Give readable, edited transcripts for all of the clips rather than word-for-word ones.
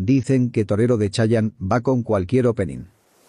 Dicen que torero de Chayanne va con cualquier opening.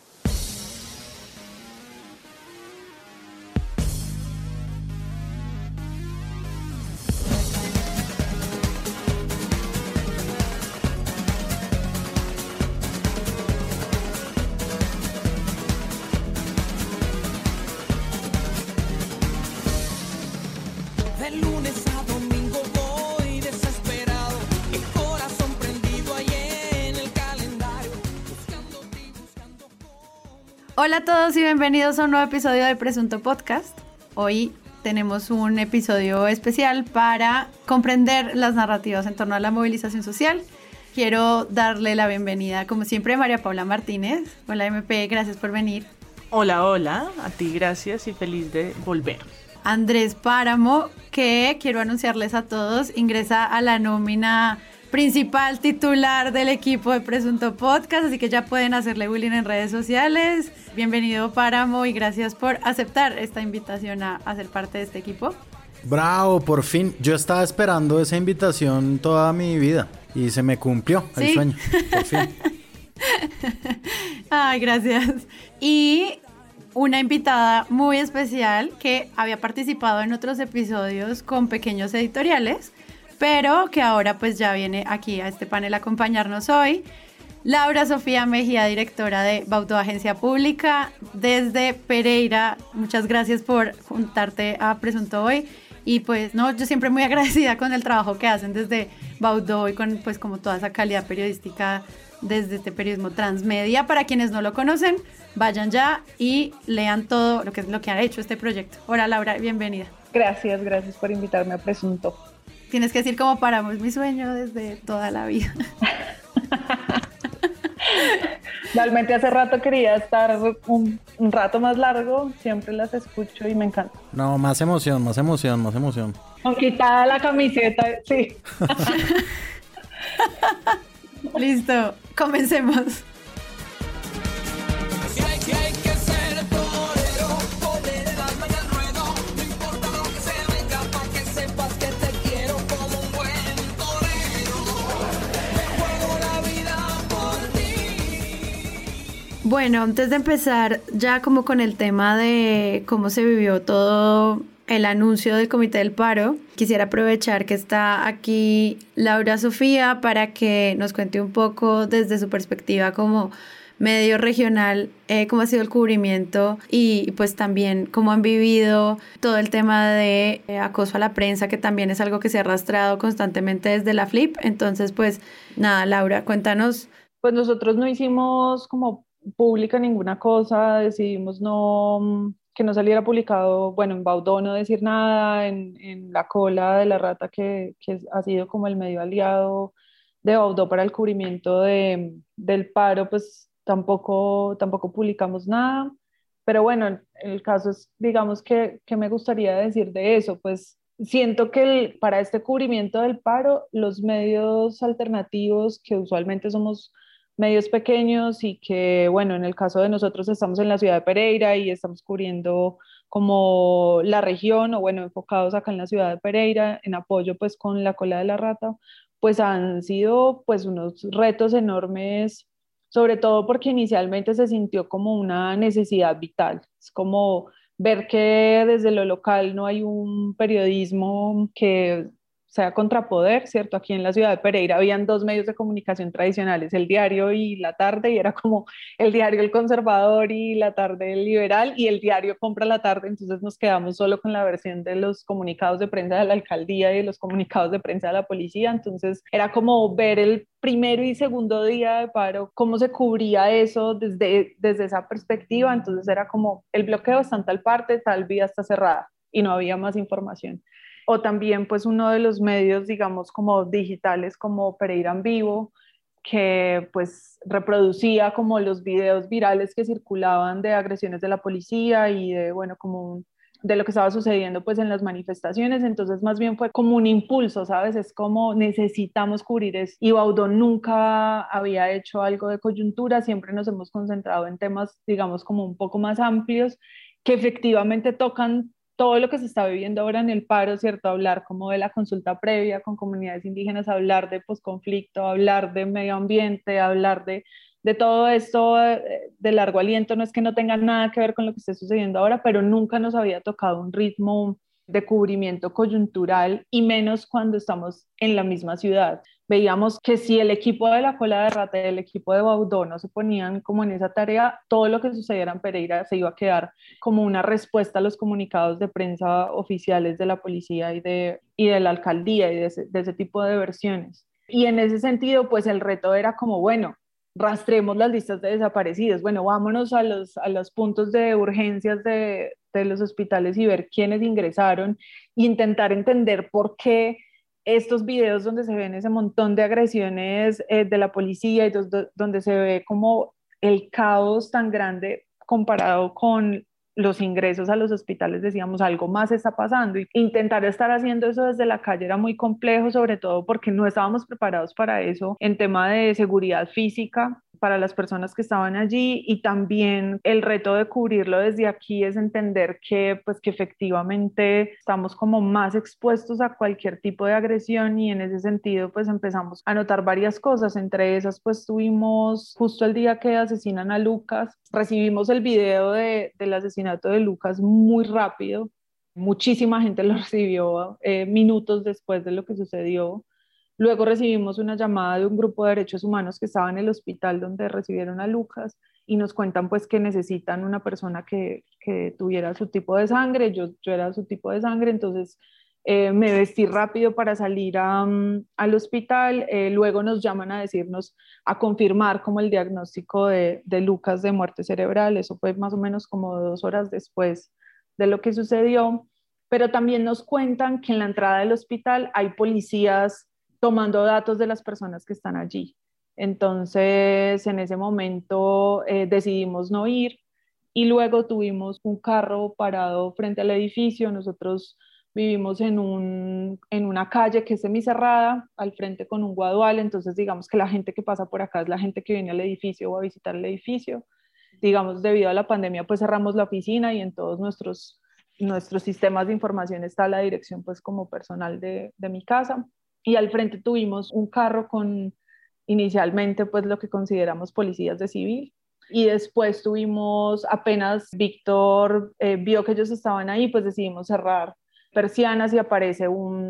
De lunes a domingo voy desesperado, el corazón prendido ahí en el calendario, buscándote y buscando cómo. Hola a todos y bienvenidos a un nuevo episodio de Presunto Podcast. Hoy tenemos un episodio especial para comprender las narrativas en torno a la movilización social. Quiero darle la bienvenida, como siempre, a María Paula Martínez. Hola MP, gracias por venir. Hola, hola, a ti gracias y feliz de volver. Andrés Páramo, que quiero anunciarles a todos, ingresa a la nómina principal titular del equipo de Presunto Podcast, así que ya pueden hacerle bullying en redes sociales. Bienvenido Páramo y gracias por aceptar esta invitación a ser parte de este equipo. Bravo, por fin. Yo estaba esperando esa invitación toda mi vida y se me cumplió el ¿Sí? sueño, por fin. Ay, gracias. Y una invitada muy especial que había participado en otros episodios con pequeños editoriales, pero que ahora pues ya viene aquí a este panel a acompañarnos hoy. Laura Sofía Mejía, directora de Baudó Agencia Pública desde Pereira. Muchas gracias por juntarte a Presunto hoy. Y pues no, yo siempre muy agradecida con el trabajo que hacen desde Baudó y con pues como toda esa calidad periodística desde este periodismo transmedia. Para quienes no lo conocen, vayan ya y lean todo lo que ha hecho este proyecto. Hola Laura, bienvenida. Gracias por invitarme a Presunto. Tienes que decir cómo paramos mi sueño desde toda la vida. Realmente hace rato quería estar un rato más largo, siempre las escucho y me encanta. No, más emoción. Con quitada la camiseta, sí. Listo, comencemos. Si hay que ser torero, poner el alma en el ruedo, no importa lo que se venga, pa' que sepas que te quiero como un buen torero. Me juego la vida por ti. Bueno, antes de empezar ya como con el tema de cómo se vivió todo el anuncio del Comité del Paro, quisiera aprovechar que está aquí Laura Sofía para que nos cuente un poco desde su perspectiva como medio regional, cómo ha sido el cubrimiento y pues también cómo han vivido todo el tema de acoso a la prensa, que también es algo que se ha arrastrado constantemente desde la FLIP. Entonces, pues nada, Laura, cuéntanos. Pues nosotros no hicimos como pública ninguna cosa, decidimos que no saliera publicado, bueno, en Baudó no decir nada, en La Cola de la Rata, que ha sido como el medio aliado de Baudó para el cubrimiento del paro, pues tampoco publicamos nada. Pero bueno, el caso es, digamos, que me gustaría decir de eso, pues siento que para este cubrimiento del paro, los medios alternativos, que usualmente somos medios pequeños y que, bueno, en el caso de nosotros estamos en la ciudad de Pereira y estamos cubriendo como la región, o bueno, enfocados acá en la ciudad de Pereira, en apoyo pues con La Cola de la Rata, pues han sido pues unos retos enormes, sobre todo porque inicialmente se sintió como una necesidad vital. Es como ver que desde lo local no hay un periodismo que sea contrapoder, ¿cierto? Aquí en la ciudad de Pereira habían dos medios de comunicación tradicionales, el diario y La Tarde, y era como el diario El Conservador y La Tarde El Liberal, y el diario Compra La Tarde. Entonces nos quedamos solo con la versión de los comunicados de prensa de la alcaldía y de los comunicados de prensa de la policía. Entonces era como ver el primero y segundo día de paro, cómo se cubría eso desde esa perspectiva. Entonces era como el bloqueo está en tal parte, tal vía está cerrada, y no había más información. O también pues uno de los medios, digamos, como digitales, como Pereira en Vivo, que pues reproducía como los videos virales que circulaban de agresiones de la policía y de, bueno, como de lo que estaba sucediendo pues en las manifestaciones. Entonces más bien fue como un impulso, ¿sabes? Es como necesitamos cubrir eso. Y Baudó nunca había hecho algo de coyuntura, siempre nos hemos concentrado en temas, digamos, como un poco más amplios, que efectivamente tocan todo lo que se está viviendo ahora en el paro, ¿cierto? Hablar como de la consulta previa con comunidades indígenas, hablar de posconflicto, hablar de medio ambiente, hablar de todo esto de largo aliento. No es que no tenga nada que ver con lo que esté sucediendo ahora, pero nunca nos había tocado un ritmo de cubrimiento coyuntural y menos cuando estamos en la misma ciudad. Veíamos que si el equipo de la Cola de Rata y el equipo de Baudó no se ponían como en esa tarea, todo lo que sucediera en Pereira se iba a quedar como una respuesta a los comunicados de prensa oficiales de la policía y de la alcaldía y de ese tipo de versiones. Y en ese sentido, pues el reto era como, bueno, rastremos las listas de desaparecidos, bueno, vámonos a los puntos de urgencias de los hospitales y ver quiénes ingresaron e intentar entender por qué estos videos donde se ven ese montón de agresiones de la policía y donde se ve como el caos tan grande comparado con los ingresos a los hospitales, decíamos, algo más está pasando. Y intentar estar haciendo eso desde la calle era muy complejo, sobre todo porque no estábamos preparados para eso en tema de seguridad física para las personas que estaban allí, y también el reto de cubrirlo desde aquí es entender que pues que efectivamente estamos como más expuestos a cualquier tipo de agresión, y en ese sentido pues empezamos a notar varias cosas. Entre esas pues tuvimos justo el día que asesinan a Lucas, recibimos el video del asesinato de Lucas muy rápido, muchísima gente lo recibió minutos después de lo que sucedió. Luego recibimos una llamada de un grupo de derechos humanos que estaba en el hospital donde recibieron a Lucas y nos cuentan pues que necesitan una persona que tuviera su tipo de sangre. Yo era su tipo de sangre, entonces me vestí rápido para salir al hospital. Luego nos llaman a decirnos, a confirmar como el diagnóstico de Lucas de muerte cerebral. Eso fue más o menos como 2 horas después de lo que sucedió. Pero también nos cuentan que en la entrada del hospital hay policías tomando datos de las personas que están allí. Entonces, en ese momento decidimos no ir, y luego tuvimos un carro parado frente al edificio. Nosotros vivimos en una calle que es semicerrada, al frente con un guadual, entonces digamos que la gente que pasa por acá es la gente que viene al edificio o a visitar el edificio. Digamos, debido a la pandemia, pues cerramos la oficina y en todos nuestros sistemas de información está la dirección pues como personal de mi casa. Y al frente tuvimos un carro con inicialmente pues lo que consideramos policías de civil, y después tuvimos, apenas Víctor vio que ellos estaban ahí, pues decidimos cerrar persianas y aparece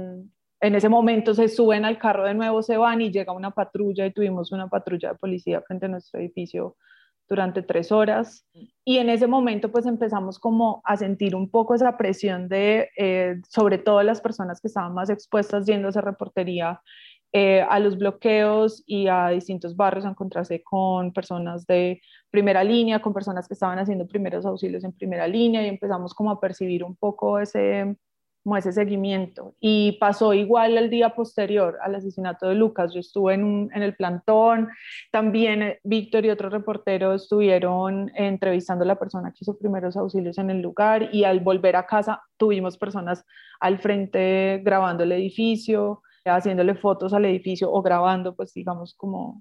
en ese momento se suben al carro de nuevo, se van y llega una patrulla, y tuvimos una patrulla de policía frente a nuestro edificio durante 3 horas. Y en ese momento pues empezamos como a sentir un poco esa presión sobre todo las personas que estaban más expuestas yendo a hacer reportería a los bloqueos y a distintos barrios, a encontrarse con personas de primera línea, con personas que estaban haciendo primeros auxilios en primera línea, y empezamos como a percibir un poco como ese seguimiento. Y pasó igual el día posterior al asesinato de Lucas. Yo estuve en el plantón, también Víctor y otro reportero estuvieron entrevistando a la persona que hizo primeros auxilios en el lugar, y al volver a casa tuvimos personas al frente grabando el edificio, haciéndole fotos al edificio o grabando, pues digamos como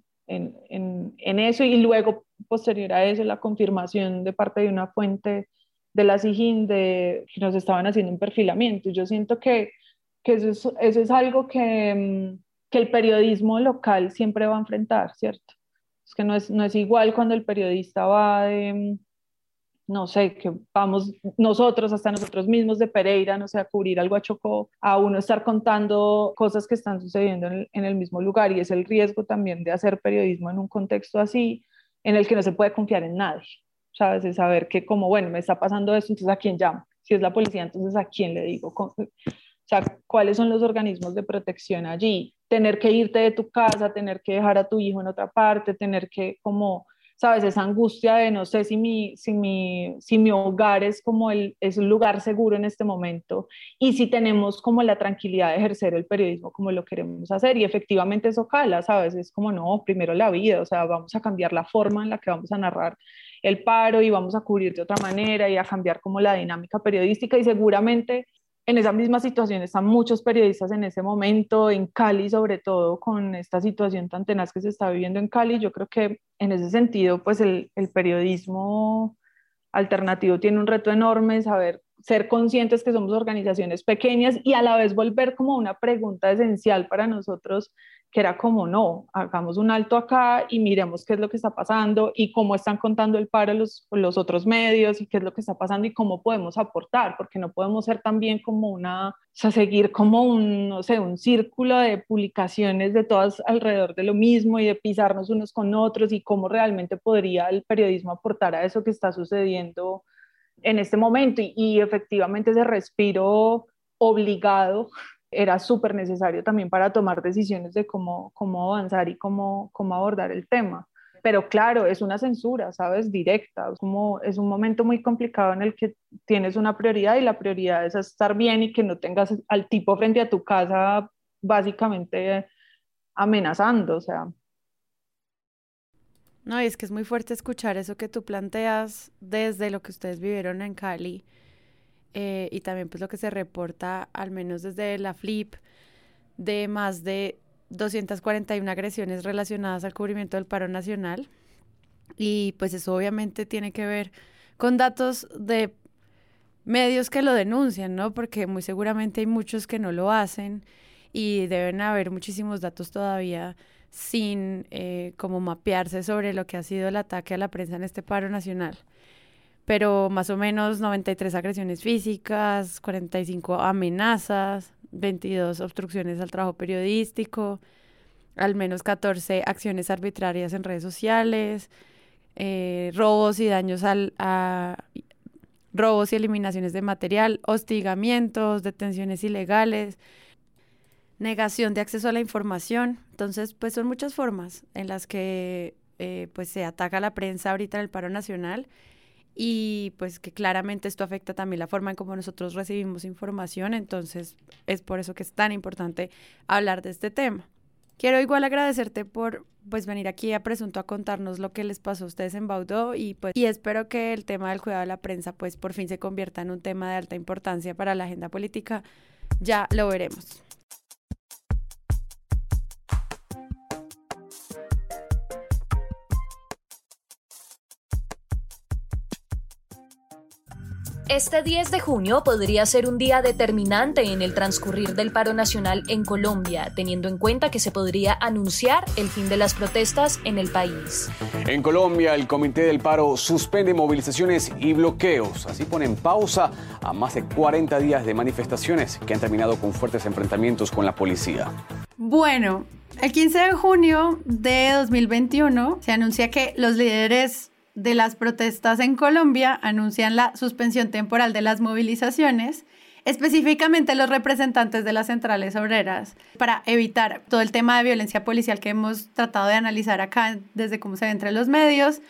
en eso. Y luego posterior a eso la confirmación de parte de una fuente de la SIJIN de que nos estaban haciendo un perfilamiento. Yo siento que eso es algo que el periodismo local siempre va a enfrentar, ¿cierto? Es que no es igual cuando el periodista va no sé, que vamos nosotros, hasta nosotros mismos de Pereira, no sé, a cubrir algo a Chocó, a uno estar contando cosas que están sucediendo en el mismo lugar, y es el riesgo también de hacer periodismo en un contexto así, en el que no se puede confiar en nadie, ¿sabes? Es saber que como, bueno, me está pasando esto, entonces ¿a quién llamo? Si es la policía, entonces ¿a quién le digo? O sea, ¿cuáles son los organismos de protección allí? Tener que irte de tu casa, tener que dejar a tu hijo en otra parte, tener que como, ¿sabes? Esa angustia de no sé si mi hogar es como es un lugar seguro en este momento, y si tenemos como la tranquilidad de ejercer el periodismo como lo queremos hacer. Y efectivamente eso cala, ¿sabes? Es como, no, primero la vida, o sea, vamos a cambiar la forma en la que vamos a narrar el paro y vamos a cubrir de otra manera y a cambiar como la dinámica periodística. Y seguramente en esa misma situación están muchos periodistas en ese momento, en Cali sobre todo, con esta situación tan tenaz que se está viviendo en Cali. Yo creo que en ese sentido, pues el periodismo alternativo tiene un reto enorme, saber ser conscientes que somos organizaciones pequeñas y a la vez volver como una pregunta esencial para nosotros, que era como, no, hagamos un alto acá y miremos qué es lo que está pasando y cómo están contando el paro los otros medios y qué es lo que está pasando y cómo podemos aportar, porque no podemos ser también como o sea, seguir como no sé, un círculo de publicaciones de todas alrededor de lo mismo y de pisarnos unos con otros, y cómo realmente podría el periodismo aportar a eso que está sucediendo en este momento. Y efectivamente ese respiro obligado era súper necesario también para tomar decisiones de cómo avanzar y cómo abordar el tema. Pero claro, es una censura, ¿sabes? Directa. Es un momento muy complicado en el que tienes una prioridad y la prioridad es estar bien y que no tengas al tipo frente a tu casa básicamente amenazando, o sea. No, y es que es muy fuerte escuchar eso que tú planteas desde lo que ustedes vivieron en Cali. Y también pues lo que se reporta, al menos desde la FLIP, de más de 241 agresiones relacionadas al cubrimiento del paro nacional. Y pues eso obviamente tiene que ver con datos de medios que lo denuncian, ¿no? Porque muy seguramente hay muchos que no lo hacen y deben haber muchísimos datos todavía sin como mapearse sobre lo que ha sido el ataque a la prensa en este paro nacional. Pero más o menos 93 agresiones físicas, 45 amenazas, 22 obstrucciones al trabajo periodístico, al menos 14 acciones arbitrarias en redes sociales, robos y daños robos y eliminaciones de material, hostigamientos, detenciones ilegales, negación de acceso a la información. Entonces, pues son muchas formas en las que pues se ataca a la prensa ahorita en el paro nacional. Y pues que claramente esto afecta también la forma en cómo nosotros recibimos información, entonces es por eso que es tan importante hablar de este tema. Quiero igual agradecerte por pues venir aquí a Presunto a contarnos lo que les pasó a ustedes en Baudó y espero que el tema del cuidado de la prensa pues por fin se convierta en un tema de alta importancia para la agenda política. Ya lo veremos. Este 10 de junio podría ser un día determinante en el transcurrir del paro nacional en Colombia, teniendo en cuenta que se podría anunciar el fin de las protestas en el país. En Colombia, el Comité del Paro suspende movilizaciones y bloqueos. Así pone en pausa a más de 40 días de manifestaciones que han terminado con fuertes enfrentamientos con la policía. Bueno, el 15 de junio de 2021 se anuncia que los líderes de las protestas en Colombia anuncian la suspensión temporal de las movilizaciones, específicamente los representantes de las centrales obreras, para evitar todo el tema de violencia policial que hemos tratado de analizar acá desde cómo se ve entre los medios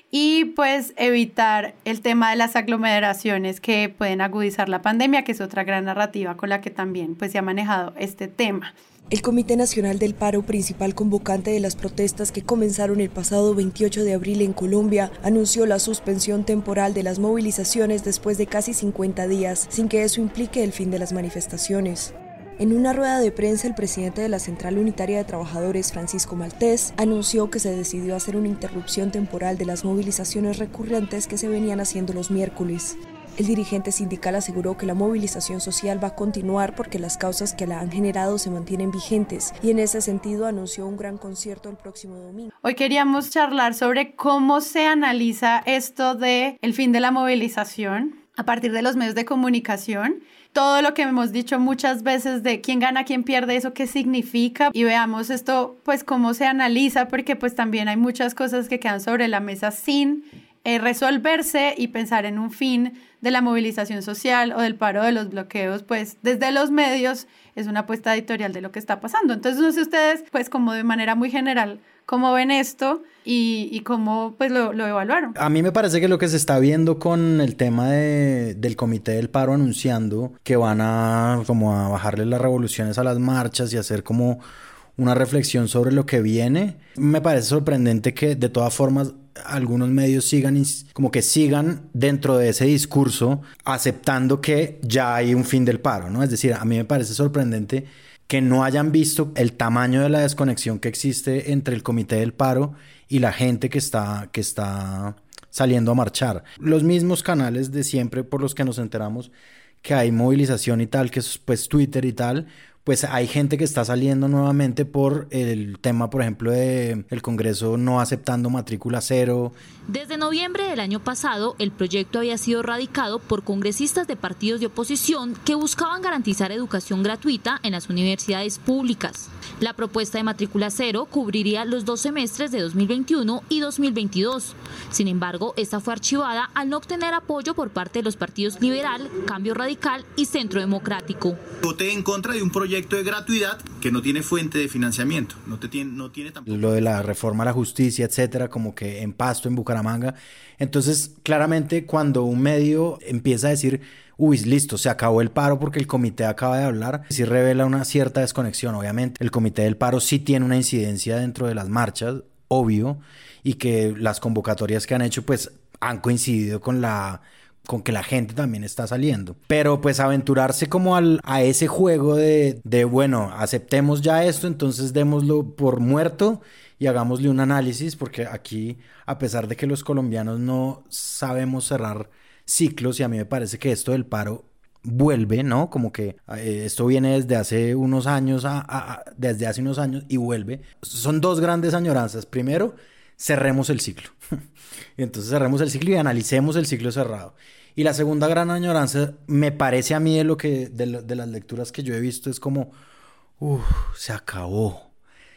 y pues evitar el tema de las aglomeraciones que pueden agudizar la pandemia, que es otra gran narrativa con la que también pues se ha manejado este tema. El Comité Nacional del Paro, principal convocante de las protestas que comenzaron el pasado 28 de abril en Colombia, anunció la suspensión temporal de las movilizaciones después de casi 50 días, sin que eso implique el fin de las manifestaciones. En una rueda de prensa, el presidente de la Central Unitaria de Trabajadores, Francisco Maltés, anunció que se decidió hacer una interrupción temporal de las movilizaciones recurrentes que se venían haciendo los miércoles. El dirigente sindical aseguró que la movilización social va a continuar porque las causas que la han generado se mantienen vigentes y en ese sentido anunció un gran concierto el próximo domingo. Hoy queríamos charlar sobre cómo se analiza esto de el fin de la movilización a partir de los medios de comunicación. Todo lo que hemos dicho muchas veces de quién gana, quién pierde, eso qué significa y veamos esto pues cómo se analiza porque pues también hay muchas cosas que quedan sobre la mesa sin resolverse y pensar en un fin de la movilización social o del paro de los bloqueos, pues desde los medios es una apuesta editorial de lo que está pasando. Entonces no sé ustedes, pues como de manera muy general, cómo ven esto y cómo pues lo evaluaron. A mí me parece que lo que se está viendo con el tema del Comité del Paro anunciando que van a como a bajarle las revoluciones a las marchas y hacer como una reflexión sobre lo que viene, me parece sorprendente que de todas formas algunos medios sigan dentro de ese discurso aceptando que ya hay un fin del paro, ¿no? Es decir, a mí me parece sorprendente que no hayan visto el tamaño de la desconexión que existe entre el Comité del Paro y la gente que está saliendo a marchar. Los mismos canales de siempre por los que nos enteramos que hay movilización y tal, que es pues Twitter y tal, pues hay gente que está saliendo nuevamente por el tema, por ejemplo, de el Congreso no aceptando matrícula cero. Desde noviembre del año pasado, el proyecto había sido radicado por congresistas de partidos de oposición que buscaban garantizar educación gratuita en las universidades públicas. La propuesta de matrícula cero cubriría los 2 semestres de 2021 y 2022. Sin embargo, esta fue archivada al no obtener apoyo por parte de los partidos Liberal, Cambio Radical y Centro Democrático. Voté en contra de un proyecto de gratuidad que no tiene fuente de financiamiento, no tiene tampoco. Lo de la reforma a la justicia, etcétera, como que en Pasto, en Bucaramanga. Entonces, claramente, cuando un medio empieza a decir, uy, listo, se acabó el paro porque el comité acaba de hablar, sí revela una cierta desconexión. Obviamente, el comité del paro sí tiene una incidencia dentro de las marchas, obvio, y que las convocatorias que han hecho, pues, han coincidido con que la gente también está saliendo. Pero pues aventurarse como a ese juego de bueno, aceptemos ya esto, entonces démoslo por muerto y hagámosle un análisis, porque aquí, a pesar de que los colombianos no sabemos cerrar ciclos, y a mí me parece que esto del paro vuelve, ¿no? Como que esto viene desde hace unos años, desde hace unos años y vuelve. Son 2 grandes añoranzas. Primero, cerremos el ciclo. Entonces cerremos el ciclo y analicemos el ciclo cerrado. Y la segunda gran añoranza, me parece a mí de las lecturas que yo he visto, es como, se acabó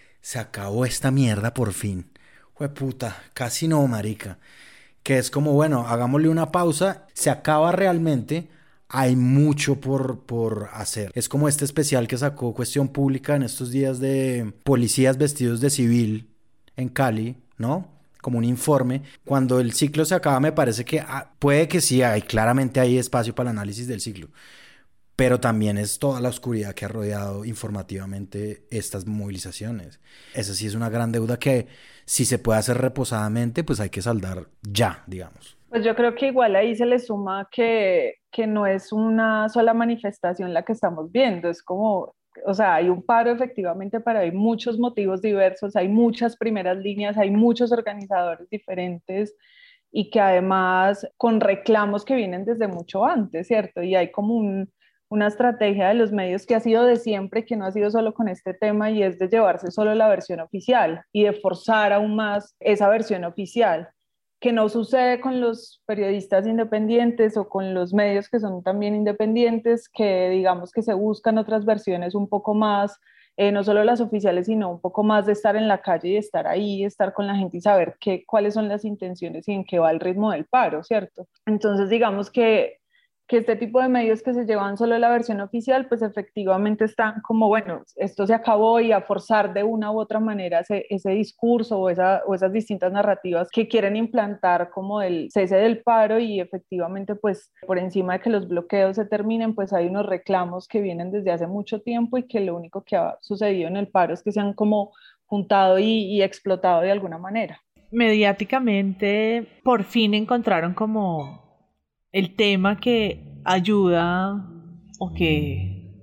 esta mierda por fin. Jueputa, casi no, marica. Que es como, bueno, hagámosle una pausa, se acaba realmente, hay mucho por hacer. Es como este especial que sacó Cuestión Pública en estos días de policías vestidos de civil en Cali, ¿no? Como un informe. Cuando el ciclo se acaba, me parece que puede que sí, claramente hay espacio para el análisis del ciclo, pero también es toda la oscuridad que ha rodeado informativamente estas movilizaciones. Esa sí es una gran deuda que, si se puede hacer reposadamente, pues hay que saldar ya, digamos. Pues yo creo que igual ahí se le suma que no es una sola manifestación la que estamos viendo, es como, o sea, hay un paro efectivamente, pero hay muchos motivos diversos, hay muchas primeras líneas, hay muchos organizadores diferentes y que además con reclamos que vienen desde mucho antes, ¿cierto? Y hay como una estrategia de los medios que ha sido de siempre, que no ha sido solo con este tema, y es de llevarse solo la versión oficial y de forzar aún más esa versión oficial, que no sucede con los periodistas independientes o con los medios que son también independientes, que digamos que se buscan otras versiones un poco más, no solo las oficiales, sino un poco más de estar en la calle y estar ahí, estar con la gente y saber cuáles son las intenciones y en qué va el ritmo del paro, ¿cierto? Entonces digamos que este tipo de medios que se llevan solo la versión oficial, pues efectivamente están como, bueno, esto se acabó, y a forzar de una u otra manera ese discurso o esas distintas narrativas que quieren implantar como el cese del paro, y efectivamente pues por encima de que los bloqueos se terminen, pues hay unos reclamos que vienen desde hace mucho tiempo y que lo único que ha sucedido en el paro es que se han como juntado y explotado de alguna manera. Mediáticamente por fin encontraron como el tema que ayuda o que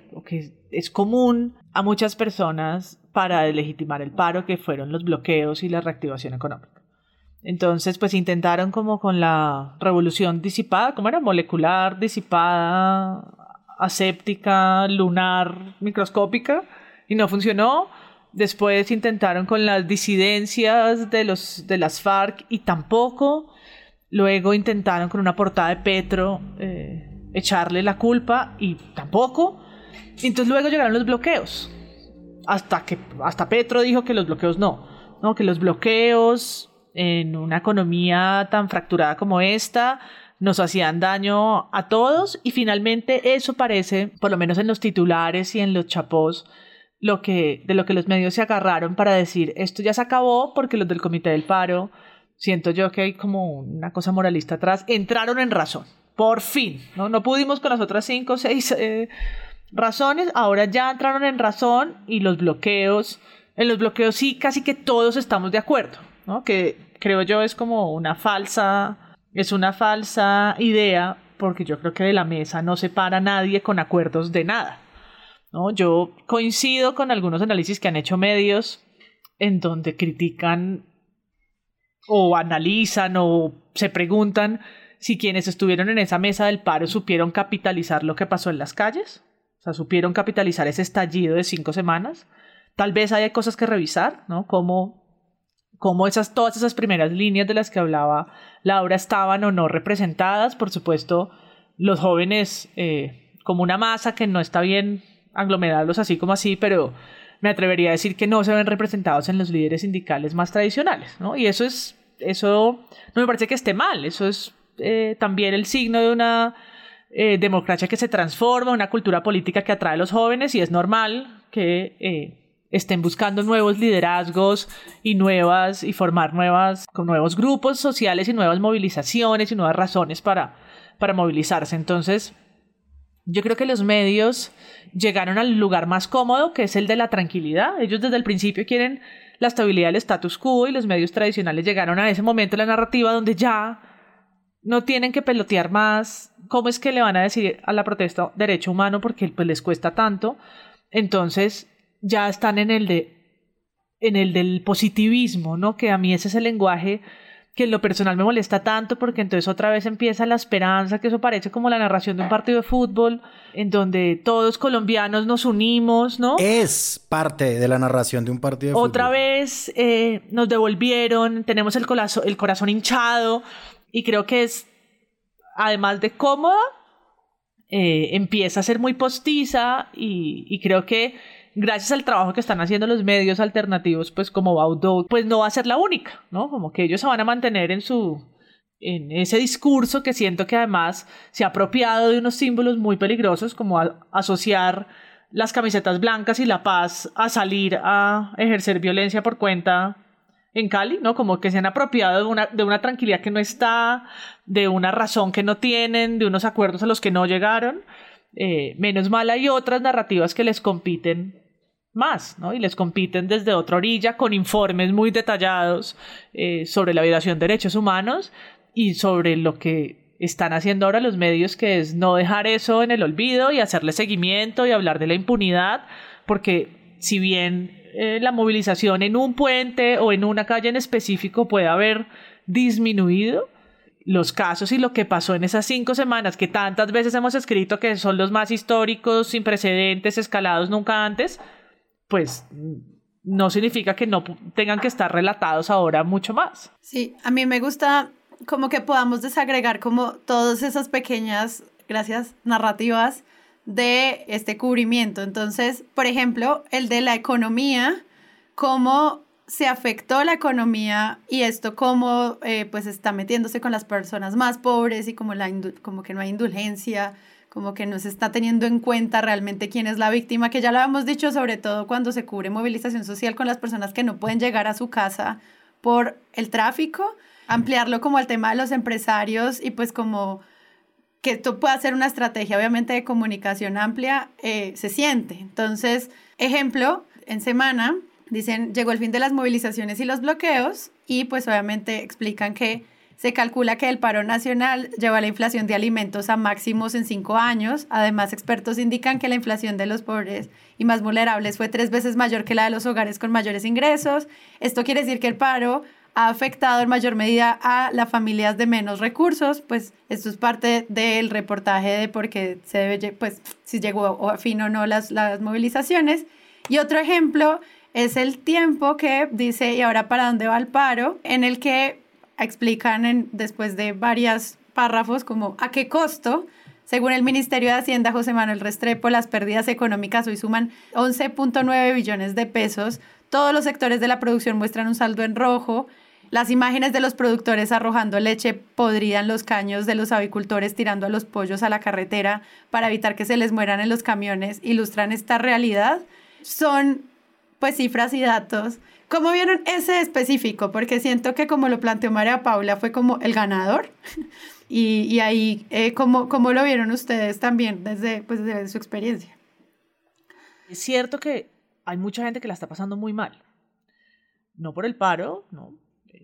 es común a muchas personas para deslegitimar el paro, que fueron los bloqueos y la reactivación económica. Entonces, pues intentaron como con la revolución disipada, ¿cómo era? Molecular, disipada, aséptica, lunar, microscópica, y no funcionó. Después intentaron con las disidencias de las FARC y tampoco. Luego intentaron con una portada de Petro echarle la culpa y tampoco. Y entonces luego llegaron los bloqueos. Hasta Petro dijo que los bloqueos no, que los bloqueos en una economía tan fracturada como esta nos hacían daño a todos, y finalmente eso parece, por lo menos en los titulares y en los chapós, de lo que los medios se agarraron para decir esto ya se acabó, porque los del Comité del Paro, siento yo que hay como una cosa moralista atrás, entraron en razón, por fin, no pudimos con las otras 5 o 6 razones, ahora ya entraron en razón, y en los bloqueos sí casi que todos estamos de acuerdo, ¿no? Que creo yo es como una falsa idea, porque yo creo que de la mesa no se para nadie con acuerdos de nada, ¿no? Yo coincido con algunos análisis que han hecho medios en donde critican o analizan o se preguntan si quienes estuvieron en esa mesa del paro supieron capitalizar lo que pasó en las calles, o sea, supieron capitalizar ese estallido de 5 semanas. Tal vez haya cosas que revisar, ¿no? Cómo todas esas primeras líneas de las que hablaba Laura estaban o no representadas. Por supuesto, los jóvenes como una masa que no está bien aglomerarlos así como así, pero me atrevería a decir que no se ven representados en los líderes sindicales más tradicionales, ¿no? Y eso no me parece que esté mal, eso es también el signo de una democracia que se transforma, una cultura política que atrae a los jóvenes, y es normal que estén buscando nuevos liderazgos y formar nuevos grupos sociales y nuevas movilizaciones y nuevas razones para movilizarse. Entonces, yo creo que los medios llegaron al lugar más cómodo, que es el de la tranquilidad. Ellos desde el principio quieren la estabilidad del status quo, y los medios tradicionales llegaron a ese momento de la narrativa donde ya no tienen que pelotear más cómo es que le van a decir a la protesta derecho humano, porque pues les cuesta tanto. Entonces ya están en el del positivismo, ¿no? Que a mí ese es el lenguaje que en lo personal me molesta tanto, porque entonces otra vez empieza la esperanza, que eso parece como la narración de un partido de fútbol, en donde todos colombianos nos unimos, ¿no? Es parte de la narración de un partido de fútbol. Otra vez nos devolvieron, tenemos el corazón hinchado, y creo que es, además de cómoda, empieza a ser muy postiza, y creo que gracias al trabajo que están haciendo los medios alternativos, pues como Baudot, pues no va a ser la única, ¿no? Como que ellos se van a mantener en ese discurso, que siento que además se ha apropiado de unos símbolos muy peligrosos, como asociar las camisetas blancas y la paz a salir a ejercer violencia por cuenta en Cali, ¿no? Como que se han apropiado de una tranquilidad que no está, de una razón que no tienen, de unos acuerdos a los que no llegaron. Menos mal hay otras narrativas que les compiten más, ¿no? Y les compiten desde otra orilla, con informes muy detallados sobre la violación de derechos humanos y sobre lo que están haciendo ahora los medios, que es no dejar eso en el olvido y hacerle seguimiento y hablar de la impunidad, porque si bien la movilización en un puente o en una calle en específico puede haber disminuido, los casos y lo que pasó en esas 5 semanas que tantas veces hemos escrito que son los más históricos, sin precedentes, escalados nunca antes, pues no significa que no tengan que estar relatados ahora mucho más. Sí, a mí me gusta como que podamos desagregar como todas esas pequeñas, narrativas de este cubrimiento. Entonces, por ejemplo, el de la economía, cómo se afectó la economía y esto cómo pues está metiéndose con las personas más pobres, y como que no hay indulgencia, como que no se está teniendo en cuenta realmente quién es la víctima, que ya lo habíamos dicho, sobre todo cuando se cubre movilización social con las personas que no pueden llegar a su casa por el tráfico, ampliarlo como al tema de los empresarios, y pues como que esto pueda ser una estrategia obviamente de comunicación amplia, se siente. Entonces, ejemplo, en semana dicen, llegó el fin de las movilizaciones y los bloqueos, y pues obviamente explican que se calcula que el paro nacional lleva la inflación de alimentos a máximos en 5 años. Además, expertos indican que la inflación de los pobres y más vulnerables fue 3 veces mayor que la de los hogares con mayores ingresos. Esto quiere decir que el paro ha afectado en mayor medida a las familias de menos recursos. Pues esto es parte del reportaje de por qué se debe, pues si llegó a fin o no las movilizaciones. Y otro ejemplo es el tiempo que dice, ¿y ahora para dónde va el paro? En el que explican después de varios párrafos como a qué costo. Según el Ministerio de Hacienda, José Manuel Restrepo, las pérdidas económicas hoy suman 11.9 billones de pesos. Todos los sectores de la producción muestran un saldo en rojo. Las imágenes de los productores arrojando leche podrida en los caños, de los avicultores tirando a los pollos a la carretera para evitar que se les mueran en los camiones, ilustran esta realidad. Son pues cifras y datos. ¿Cómo vieron ese específico? Porque siento que, como lo planteó María Paula, fue como el ganador. Y ahí, ¿cómo lo vieron ustedes también desde su experiencia? Es cierto que hay mucha gente que la está pasando muy mal. No por el paro, ¿no?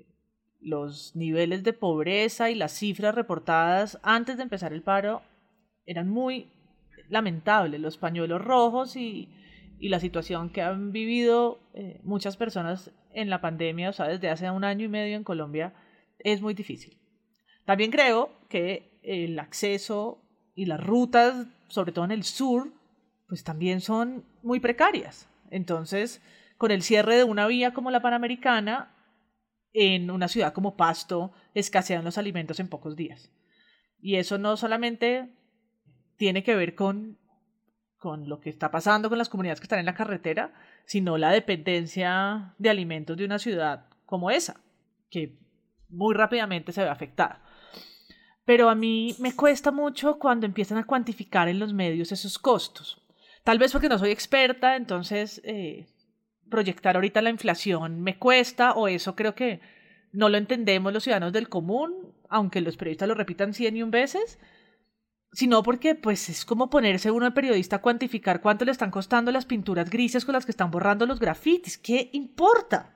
Los niveles de pobreza y las cifras reportadas antes de empezar el paro eran muy lamentables. Los pañuelos rojos y y la situación que han vivido muchas personas en la pandemia, o sea, desde hace 1 año y medio en Colombia, es muy difícil. También creo que el acceso y las rutas, sobre todo en el sur, pues también son muy precarias. Entonces, con el cierre de una vía como la Panamericana, en una ciudad como Pasto, escasean los alimentos en pocos días. Y eso no solamente tiene que ver con lo que está pasando con las comunidades que están en la carretera, sino la dependencia de alimentos de una ciudad como esa, que muy rápidamente se ve afectada. Pero a mí me cuesta mucho cuando empiezan a cuantificar en los medios esos costos. Tal vez porque no soy experta, entonces proyectar ahorita la inflación me cuesta, o eso creo que no lo entendemos los ciudadanos del común, aunque los periodistas lo repitan 100 veces, sino porque pues es como ponerse uno de periodista a cuantificar cuánto le están costando las pinturas grises con las que están borrando los grafitis. ¿Qué importa?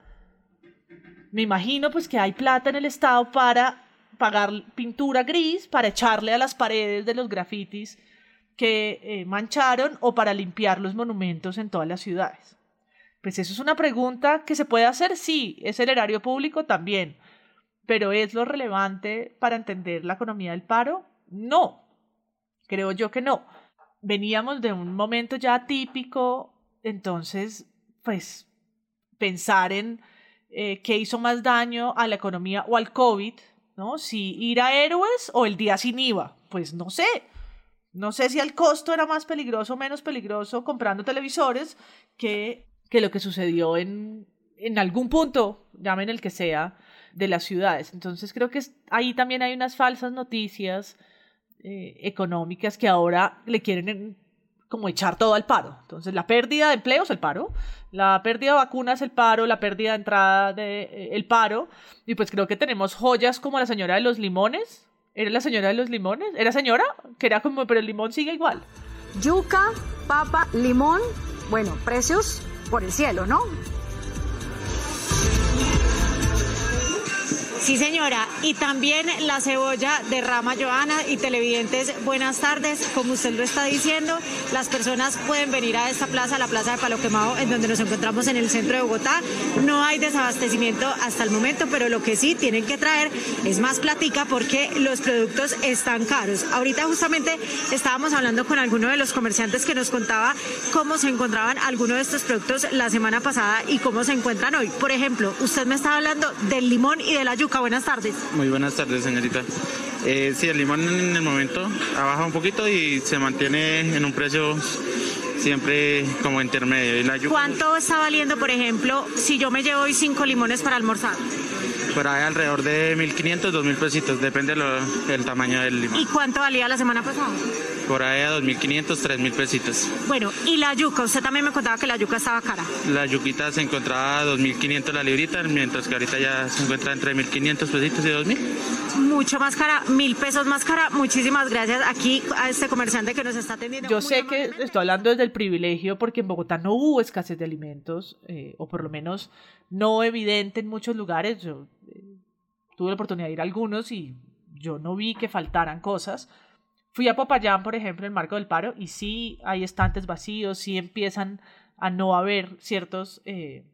Me imagino pues que hay plata en el Estado para pagar pintura gris, para echarle a las paredes de los grafitis que mancharon, o para limpiar los monumentos en todas las ciudades. Pues eso es una pregunta que se puede hacer, sí, es el erario público también, pero ¿es lo relevante para entender la economía del paro? No, creo yo que no. Veníamos de un momento ya atípico, entonces, pues, pensar en qué hizo más daño a la economía o al COVID, ¿no? Si ir a Héroes o el día sin IVA, pues no sé. No sé si el costo era más peligroso o menos peligroso comprando televisores que lo que sucedió en algún punto, llamen el que sea, de las ciudades. Entonces creo que ahí también hay unas falsas noticias económicas que ahora le quieren como echar todo al paro. Entonces la pérdida de empleo es el paro, la pérdida de vacunas es el paro, la pérdida de entrada el paro, y pues creo que tenemos joyas como la señora de los limones. ¿Era la señora de los limones? ¿Era señora? Que era como, pero el limón sigue igual. Yuca, papa, limón, bueno, precios por el cielo, ¿no? Sí, señora. Y también la cebolla de rama, Joana, y televidentes, buenas tardes. Como usted lo está diciendo, las personas pueden venir a esta plaza, la Plaza de Palo Quemado, en donde nos encontramos en el centro de Bogotá. No hay desabastecimiento hasta el momento, pero lo que sí tienen que traer es más platica porque los productos están caros. Ahorita justamente estábamos hablando con alguno de los comerciantes que nos contaba cómo se encontraban algunos de estos productos la semana pasada y cómo se encuentran hoy. Por ejemplo, usted me estaba hablando del limón y de la yuca. Buenas tardes. Muy buenas tardes, señorita. Sí, el limón en el momento ha bajado un poquito y se mantiene en un precio siempre como intermedio. ¿Y la yuca? ¿Cuánto está valiendo, por ejemplo, si yo me llevo hoy 5 limones para almorzar? Por ahí alrededor de 1.500, 2.000 pesitos, depende del tamaño del limón. ¿Y cuánto valía la semana pasada? Por ahí a 2.500, 3.000 pesitos. Bueno, ¿y la yuca? Usted también me contaba que la yuca estaba cara. La yuquita se encontraba a 2.500 la librita, mientras que ahorita ya se encuentra entre 1.500 pesitos y 2.000. Mucho más cara, 1.000 pesos más cara. Muchísimas gracias aquí a este comerciante que nos está atendiendo. Yo sé que estoy hablando desde el privilegio porque en Bogotá no hubo escasez de alimentos, o por lo menos no evidente en muchos lugares. Yo tuve la oportunidad de ir a algunos y yo no vi que faltaran cosas. Fui a Popayán, por ejemplo, en el marco del paro, y sí hay estantes vacíos, sí empiezan a no haber ciertos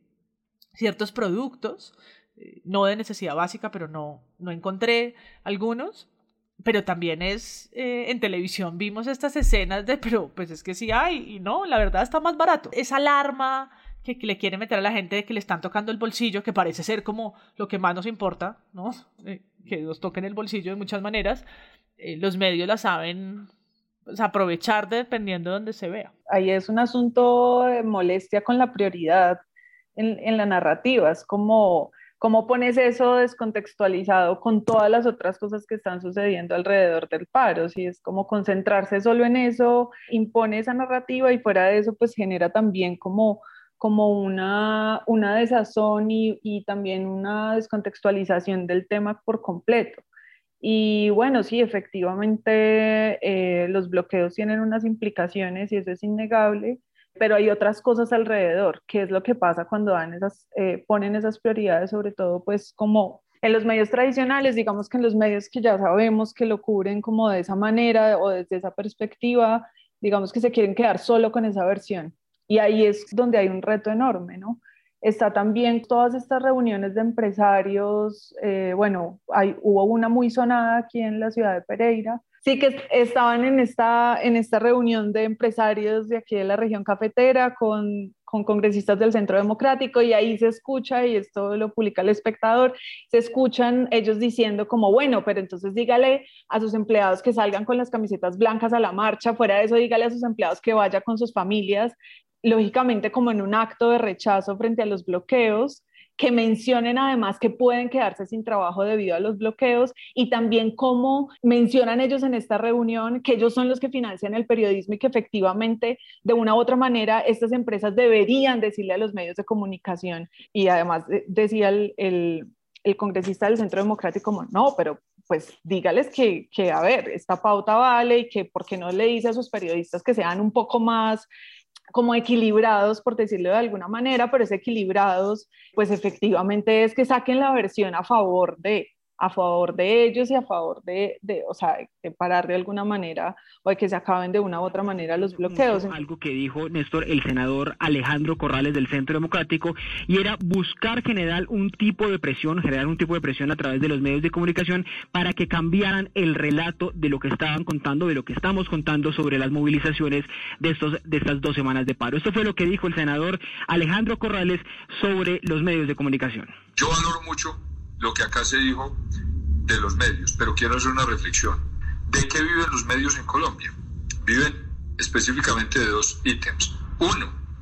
productos, no de necesidad básica, pero no encontré algunos. Pero también en televisión vimos estas escenas pero pues es que sí hay, y no, la verdad está más barato. Esa alarma que le quiere meter a la gente de que le están tocando el bolsillo, que parece ser como lo que más nos importa, ¿no? Que nos toquen el bolsillo de muchas maneras. Los medios la saben aprovechar dependiendo de donde se vea. Ahí es un asunto de molestia con la prioridad en la narrativa. Es como cómo pones eso descontextualizado con todas las otras cosas que están sucediendo alrededor del paro. Si es como concentrarse solo en eso, impone esa narrativa, y fuera de eso pues genera también como una desazón y también una descontextualización del tema por completo. Y bueno, sí, efectivamente los bloqueos tienen unas implicaciones y eso es innegable, pero hay otras cosas alrededor. ¿Qué es lo que pasa cuando ponen esas prioridades, sobre todo pues como en los medios tradicionales? Digamos que en los medios que ya sabemos que lo cubren como de esa manera o desde esa perspectiva, digamos que se quieren quedar solo con esa versión. Y ahí es donde hay un reto enorme, ¿no? Está también todas estas reuniones de empresarios, hubo una muy sonada aquí en la ciudad de Pereira. Sí que estaban en esta reunión de empresarios de aquí de la región cafetera con congresistas del Centro Democrático, y ahí se escucha, y esto lo publica El Espectador, se escuchan ellos diciendo como, bueno, pero entonces dígale a sus empleados que salgan con las camisetas blancas a la marcha, fuera de eso dígale a sus empleados que vayan con sus familias, lógicamente como en un acto de rechazo frente a los bloqueos, que mencionen además que pueden quedarse sin trabajo debido a los bloqueos, y también cómo mencionan ellos en esta reunión que ellos son los que financian el periodismo y que efectivamente de una u otra manera estas empresas deberían decirle a los medios de comunicación. Y además decía el congresista del Centro Democrático como, no, pero pues dígales que a ver, esta pauta vale, y que por qué no le dice a sus periodistas que sean un poco más como equilibrados, por decirlo de alguna manera, pero es equilibrados, pues efectivamente es que saquen la versión a favor de ellos y a favor de parar de alguna manera, o de que se acaben de una u otra manera los bloqueos. Algo que dijo Néstor, el senador Alejandro Corrales del Centro Democrático, y era buscar generar un tipo de presión a través de los medios de comunicación para que cambiaran el relato de lo que estaban contando, de lo que estamos contando sobre las movilizaciones de estas 2 semanas de paro. Esto fue lo que dijo el senador Alejandro Corrales sobre los medios de comunicación. Yo valoro mucho lo que acá se dijo de los medios, pero quiero hacer una reflexión. ¿De qué viven los medios en Colombia? Viven específicamente de 2 ítems. Uno,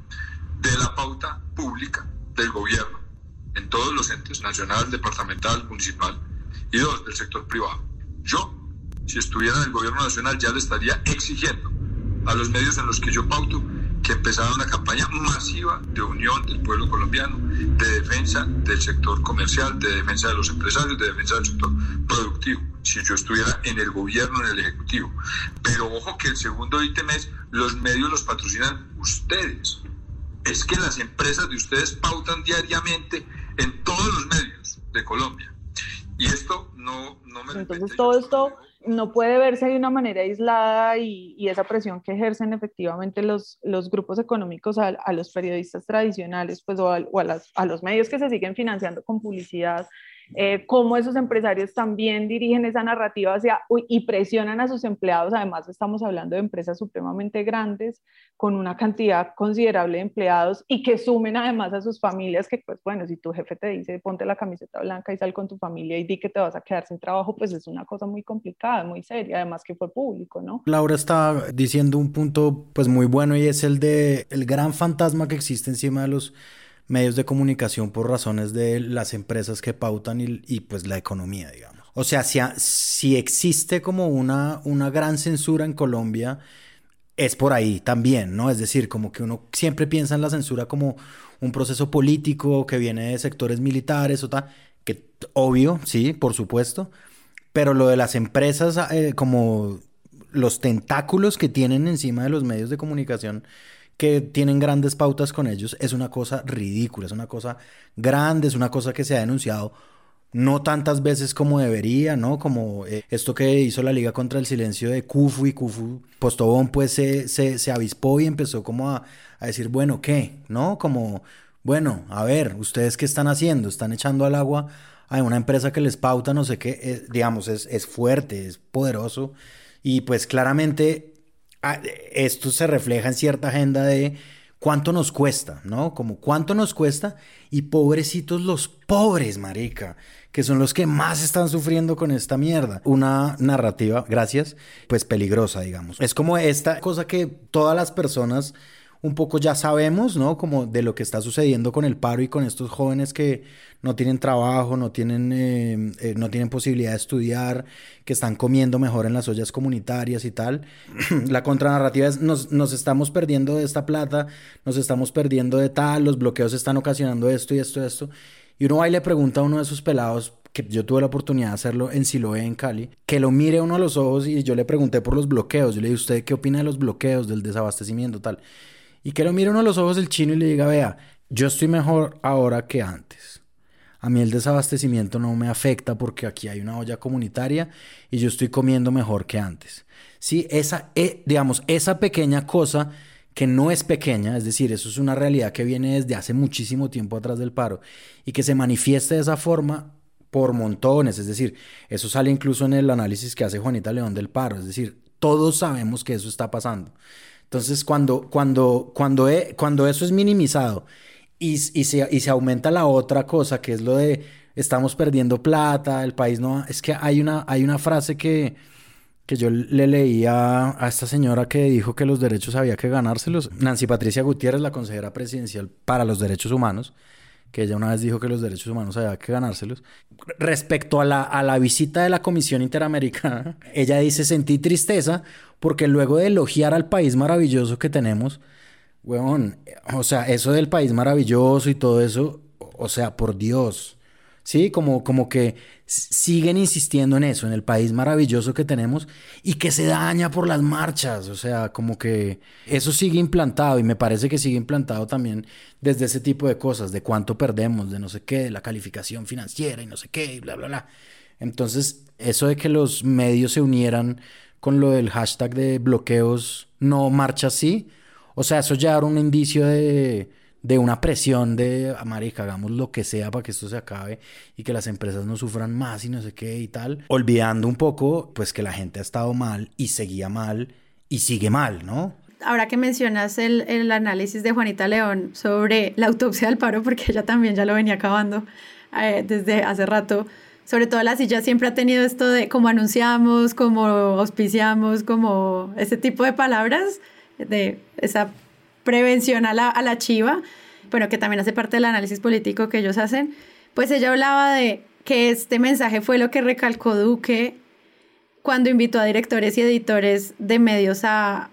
de la pauta pública del gobierno, en todos los entes, nacional, departamental, municipal, y 2, del sector privado. Yo, si estuviera en el gobierno nacional, ya le estaría exigiendo a los medios en los que yo pauto que empezara una campaña masiva de unión del pueblo colombiano, de defensa del sector comercial, de defensa de los empresarios, de defensa del sector productivo, si yo estuviera en el gobierno, en el ejecutivo. Pero ojo que el segundo ítem es, los medios los patrocinan ustedes. Es que las empresas de ustedes pautan diariamente en todos los medios de Colombia. Y esto no me... Entonces todo esto no puede verse de una manera aislada, y esa presión que ejercen efectivamente los grupos económicos a los periodistas tradicionales, pues, o a los medios que se siguen financiando con publicidad, cómo esos empresarios también dirigen esa narrativa y presionan a sus empleados. Además estamos hablando de empresas supremamente grandes con una cantidad considerable de empleados, y que sumen además a sus familias, que pues bueno, si tu jefe te dice ponte la camiseta blanca y sal con tu familia y di que te vas a quedar sin trabajo, pues es una cosa muy complicada, muy seria, además que fue público, ¿no? Laura está diciendo un punto pues muy bueno, y es el gran fantasma que existe encima de los medios de comunicación por razones de las empresas que pautan y pues la economía, digamos. O sea, si existe como una gran censura en Colombia, es por ahí también, ¿no? Es decir, como que uno siempre piensa en la censura como un proceso político que viene de sectores militares o tal, que obvio, sí, por supuesto, pero lo de las empresas, como los tentáculos que tienen encima de los medios de comunicación, que tienen grandes pautas con ellos, es una cosa ridícula, es una cosa grande, es una cosa que se ha denunciado no tantas veces como debería, ¿no? Como esto que hizo la Liga contra el Silencio de Cufu, y Cufu Postobón pues se avispó y empezó como a decir, bueno, ¿qué? ¿No? Como, bueno, a ver, ¿ustedes qué están haciendo? Están echando al agua a una empresa que les pauta no sé qué, digamos, es fuerte, es poderoso, y pues claramente esto se refleja en cierta agenda de cuánto nos cuesta, ¿no? Como cuánto nos cuesta, y pobrecitos los pobres, marica, que son los que más están sufriendo con esta mierda. Una narrativa, gracias, pues peligrosa, digamos. Es como esta cosa que todas las personas un poco ya sabemos, ¿no? Como de lo que está sucediendo con el paro y con estos jóvenes que no tienen trabajo, no tienen posibilidad de estudiar, que están comiendo mejor en las ollas comunitarias y tal. La contranarrativa es nos estamos perdiendo de esta plata, nos estamos perdiendo de tal, los bloqueos están ocasionando esto y esto y esto. Y uno va y le pregunta a uno de esos pelados, que yo tuve la oportunidad de hacerlo en Siloé, en Cali, que lo mire uno a los ojos, y yo le pregunté por los bloqueos. Yo le dije, ¿usted qué opina de los bloqueos, del desabastecimiento, tal? Y que lo mire uno a los ojos el chino y le diga, vea, yo estoy mejor ahora que antes. A mí el desabastecimiento no me afecta porque aquí hay una olla comunitaria y yo estoy comiendo mejor que antes. Sí, esa pequeña cosa que no es pequeña, es decir, eso es una realidad que viene desde hace muchísimo tiempo atrás del paro y que se manifiesta de esa forma por montones, es decir, eso sale incluso en el análisis que hace Juanita León del paro, es decir, todos sabemos que eso está pasando. Entonces, cuando eso es minimizado y se aumenta la otra cosa, que es lo de estamos perdiendo plata, el país no... Es que hay una frase que yo le leí a esta señora que dijo que los derechos había que ganárselos. Nancy Patricia Gutiérrez, la consejera presidencial para los derechos humanos, que ella una vez dijo que los derechos humanos había que ganárselos. Respecto a la visita de la Comisión Interamericana, ella dice, sentí tristeza porque luego de elogiar al país maravilloso que tenemos, huevón, o sea, eso del país maravilloso y todo eso, o sea, por Dios, ¿sí? Como que siguen insistiendo en eso, en el país maravilloso que tenemos y que se daña por las marchas, o sea, como que eso sigue implantado y me parece que sigue implantado también desde ese tipo de cosas, de cuánto perdemos, de no sé qué, de la calificación financiera y no sé qué, y bla, bla, bla. Entonces, eso de que los medios se unieran con lo del hashtag de bloqueos no marcha sí, o sea, eso ya era un indicio de una presión de, marica, hagamos lo que sea para que esto se acabe y que las empresas no sufran más y no sé qué y tal. Olvidando un poco, pues, que la gente ha estado mal y seguía mal y sigue mal, ¿no? Ahora que mencionas el análisis de Juanita León sobre la autopsia del paro, porque ella también ya lo venía acabando desde hace rato, sobre todo la silla siempre ha tenido esto de cómo anunciamos, cómo auspiciamos, como ese tipo de palabras, de esa prevención a la chiva, pero que también hace parte del análisis político que ellos hacen. Pues ella hablaba de que este mensaje fue lo que recalcó Duque cuando invitó a directores y editores de medios a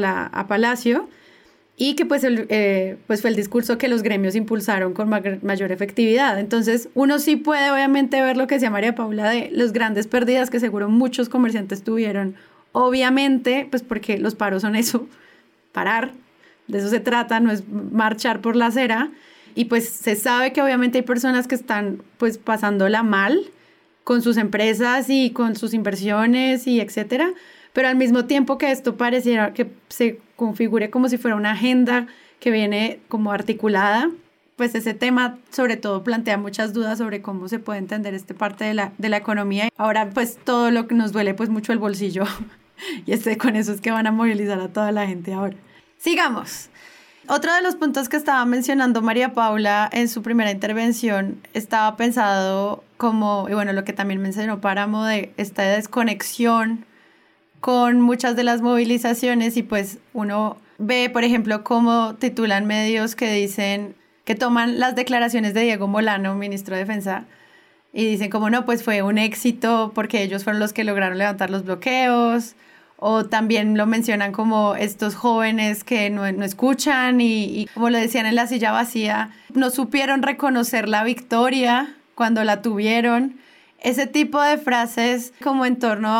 Palacio, y que pues fue el discurso que los gremios impulsaron con mayor efectividad. Entonces uno sí puede obviamente ver lo que decía María Paula de las grandes pérdidas que seguro muchos comerciantes tuvieron, obviamente pues porque los paros son eso, parar, de eso se trata, no es marchar por la acera, y pues se sabe que obviamente hay personas que están pues pasándola mal con sus empresas y con sus inversiones y etcétera, pero al mismo tiempo que esto pareciera que se configure como si fuera una agenda que viene como articulada, pues ese tema sobre todo plantea muchas dudas sobre cómo se puede entender esta parte de la economía. Ahora pues todo lo que nos duele pues mucho el bolsillo y con eso es que van a movilizar a toda la gente ahora. Sigamos. Otro de los puntos que estaba mencionando María Paula en su primera intervención estaba pensado como, y bueno, lo que también mencionó Páramo, de esta desconexión con muchas de las movilizaciones, y pues uno ve, por ejemplo, cómo titulan medios que dicen, que toman las declaraciones de Diego Molano, ministro de Defensa, y dicen como no, pues fue un éxito porque ellos fueron los que lograron levantar los bloqueos, o también lo mencionan como estos jóvenes que no escuchan y como lo decían en La Silla Vacía, no supieron reconocer la victoria cuando la tuvieron. Ese tipo de frases como en torno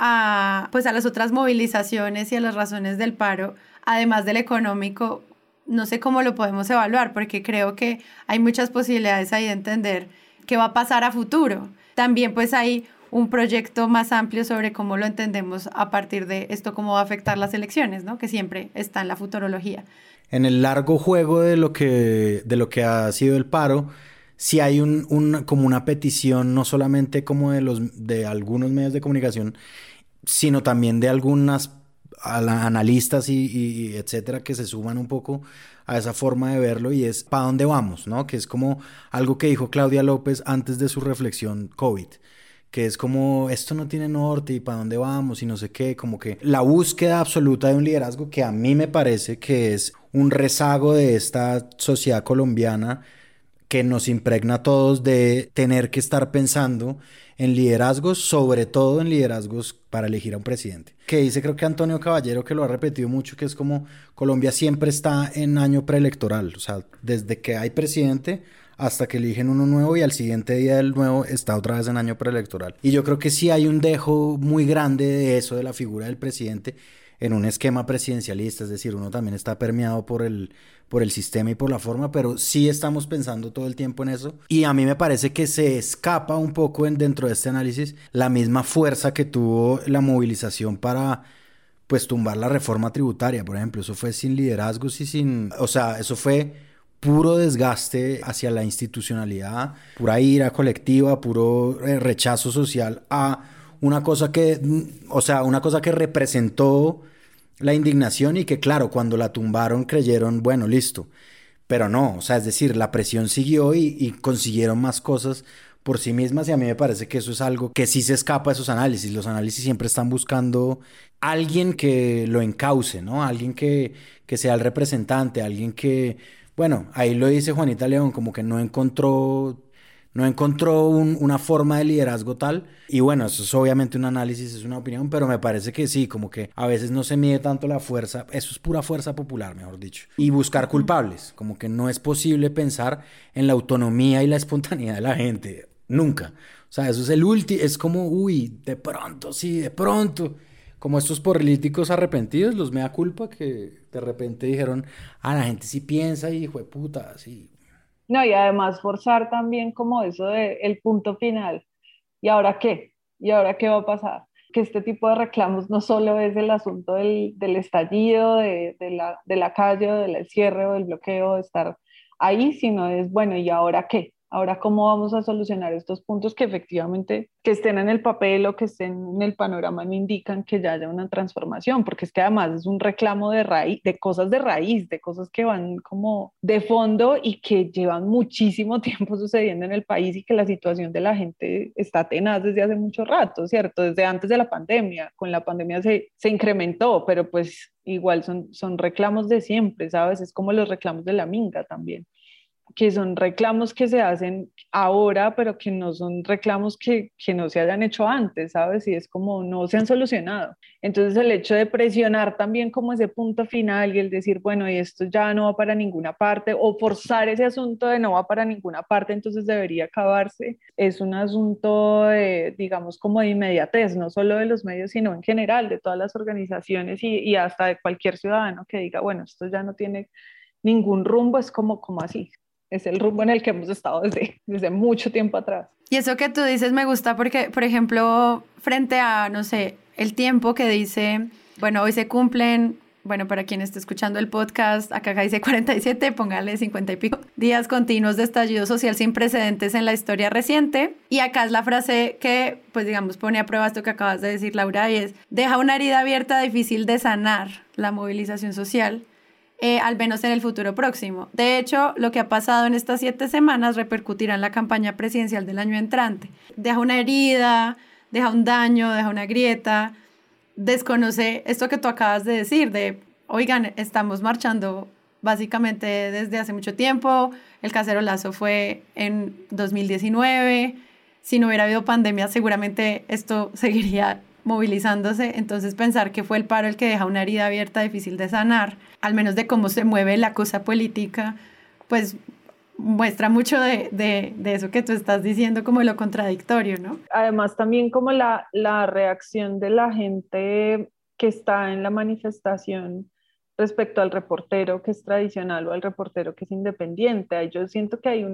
a las otras movilizaciones y a las razones del paro, además del económico, no sé cómo lo podemos evaluar, porque creo que hay muchas posibilidades ahí de entender qué va a pasar a futuro. También pues hay un proyecto más amplio sobre cómo lo entendemos a partir de esto, cómo va a afectar las elecciones, ¿no? Que siempre está en la futurología. En el largo juego de lo que ha sido el paro, sí hay como una petición, no solamente como de algunos medios de comunicación, sino también de algunas analistas y etcétera, que se suman un poco a esa forma de verlo, y es ¿para dónde vamos? ¿No? Que es como algo que dijo Claudia López antes de su reflexión COVID, que es como esto no tiene norte y para dónde vamos y no sé qué, como que la búsqueda absoluta de un liderazgo que a mí me parece que es un rezago de esta sociedad colombiana que nos impregna a todos de tener que estar pensando en liderazgos, sobre todo en liderazgos para elegir a un presidente. Que dice, creo que Antonio Caballero, que lo ha repetido mucho, que es como Colombia siempre está en año preelectoral, o sea, desde que hay presidente hasta que eligen uno nuevo y al siguiente día del nuevo está otra vez en año preelectoral. Y yo creo que sí hay un dejo muy grande de eso, de la figura del presidente en un esquema presidencialista, es decir, uno también está permeado por el sistema y por la forma, pero sí estamos pensando todo el tiempo en eso, y a mí me parece que se escapa un poco dentro de este análisis la misma fuerza que tuvo la movilización para pues tumbar la reforma tributaria, por ejemplo. Eso fue sin liderazgos y sin... O sea, eso fue puro desgaste hacia la institucionalidad, pura ira colectiva, puro rechazo social a una cosa que... O sea, una cosa que representó la indignación y que, claro, cuando la tumbaron creyeron, bueno, listo. Pero no, o sea, es decir, la presión siguió y consiguieron más cosas por sí mismas, y a mí me parece que eso es algo que sí se escapa de esos análisis. Los análisis siempre están buscando alguien que lo encauce, ¿no? Alguien que sea el representante, alguien que, bueno, ahí lo dice Juanita León, como que no encontró una forma de liderazgo tal, y bueno, eso es obviamente un análisis, es una opinión, pero me parece que sí, como que a veces no se mide tanto la fuerza, eso es pura fuerza popular, mejor dicho, y buscar culpables, como que no es posible pensar en la autonomía y la espontaneidad de la gente, nunca, o sea, eso es el último, es como, uy, de pronto, sí, de pronto, como estos políticos arrepentidos, los mea culpa, que de repente dijeron, la gente sí piensa y hijo de puta, sí. No, y además forzar también como eso de el punto final. ¿Y ahora qué? ¿Y ahora qué va a pasar? Que este tipo de reclamos no solo es el asunto del estallido, de la calle, o del cierre o del bloqueo, de estar ahí, sino es, bueno, ¿y ahora qué? Ahora, ¿cómo vamos a solucionar estos puntos que efectivamente, que estén en el papel o que estén en el panorama, no indican que ya haya una transformación? Porque es que además es un reclamo de raíz, de cosas de raíz, de cosas que van como de fondo y que llevan muchísimo tiempo sucediendo en el país, y que la situación de la gente está tenaz desde hace mucho rato, ¿cierto? Desde antes de la pandemia. Con la pandemia se incrementó, pero pues igual son reclamos de siempre, ¿sabes? Es como los reclamos de la minga también, que son reclamos que se hacen ahora, pero que no son reclamos que no se hayan hecho antes, ¿sabes? Y es como no se han solucionado. Entonces el hecho de presionar también como ese punto final y el decir, bueno, y esto ya no va para ninguna parte, o forzar ese asunto de no va para ninguna parte, entonces debería acabarse, es un asunto, digamos, como de inmediatez, no solo de los medios, sino en general, de todas las organizaciones y hasta de cualquier ciudadano que diga, bueno, esto ya no tiene ningún rumbo, es como así. Es el rumbo en el que hemos estado desde mucho tiempo atrás. Y eso que tú dices me gusta porque, por ejemplo, frente a, no sé, el tiempo que dice, bueno, hoy se cumplen, bueno, para quien esté escuchando el podcast, acá dice 47, póngale 50 y pico, días continuos de estallido social sin precedentes en la historia reciente. Y acá es la frase que, pues digamos, pone a prueba esto que acabas de decir, Laura, y es, deja una herida abierta difícil de sanar la movilización social. Al menos en el futuro próximo. De hecho, lo que ha pasado en estas 7 semanas repercutirá en la campaña presidencial del año entrante. Deja una herida, deja un daño, deja una grieta, desconoce esto que tú acabas de decir, de, oigan, estamos marchando básicamente desde hace mucho tiempo, el cacerolazo fue en 2019, si no hubiera habido pandemia seguramente esto seguiría movilizándose, entonces pensar que fue el paro el que deja una herida abierta difícil de sanar, al menos de cómo se mueve la cosa política, pues muestra mucho de eso que tú estás diciendo, como lo contradictorio, ¿no? Además también como la reacción de la gente que está en la manifestación respecto al reportero que es tradicional o al reportero que es independiente. Yo siento que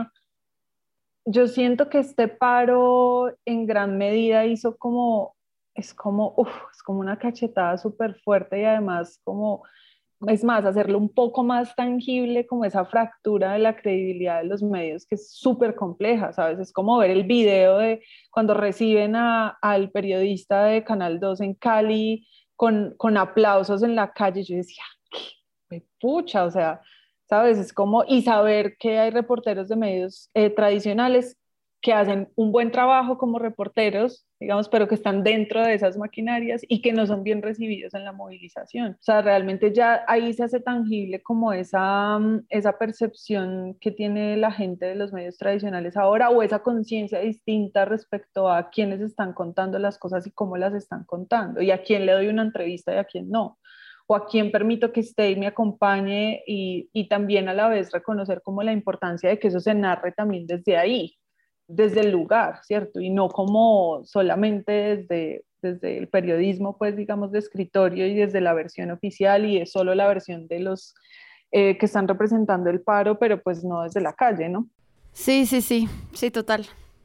este paro en gran medida hizo es como una cachetada súper fuerte, y además es más, hacerlo un poco más tangible, como esa fractura de la credibilidad de los medios, que es súper compleja, ¿sabes? Es como ver el video de cuando reciben al periodista de Canal 2 en Cali con aplausos en la calle. Yo decía, qué pucha, o sea, ¿sabes? Es como, y saber que hay reporteros de medios tradicionales que hacen un buen trabajo como reporteros, digamos, pero que están dentro de esas maquinarias y que no son bien recibidos en la movilización. O sea, realmente ya ahí se hace tangible como esa percepción que tiene la gente de los medios tradicionales ahora, o esa conciencia distinta respecto a quiénes están contando las cosas y cómo las están contando, y a quién le doy una entrevista y a quién no, o a quién permito que esté y me acompañe, y también a la vez reconocer como la importancia de que eso se narre también desde ahí, desde el lugar, ¿cierto? Y no como solamente desde el periodismo, pues digamos, de escritorio y desde la versión oficial, y es solo la versión de los que están representando el paro, pero pues no desde la calle, ¿no? Sí, total.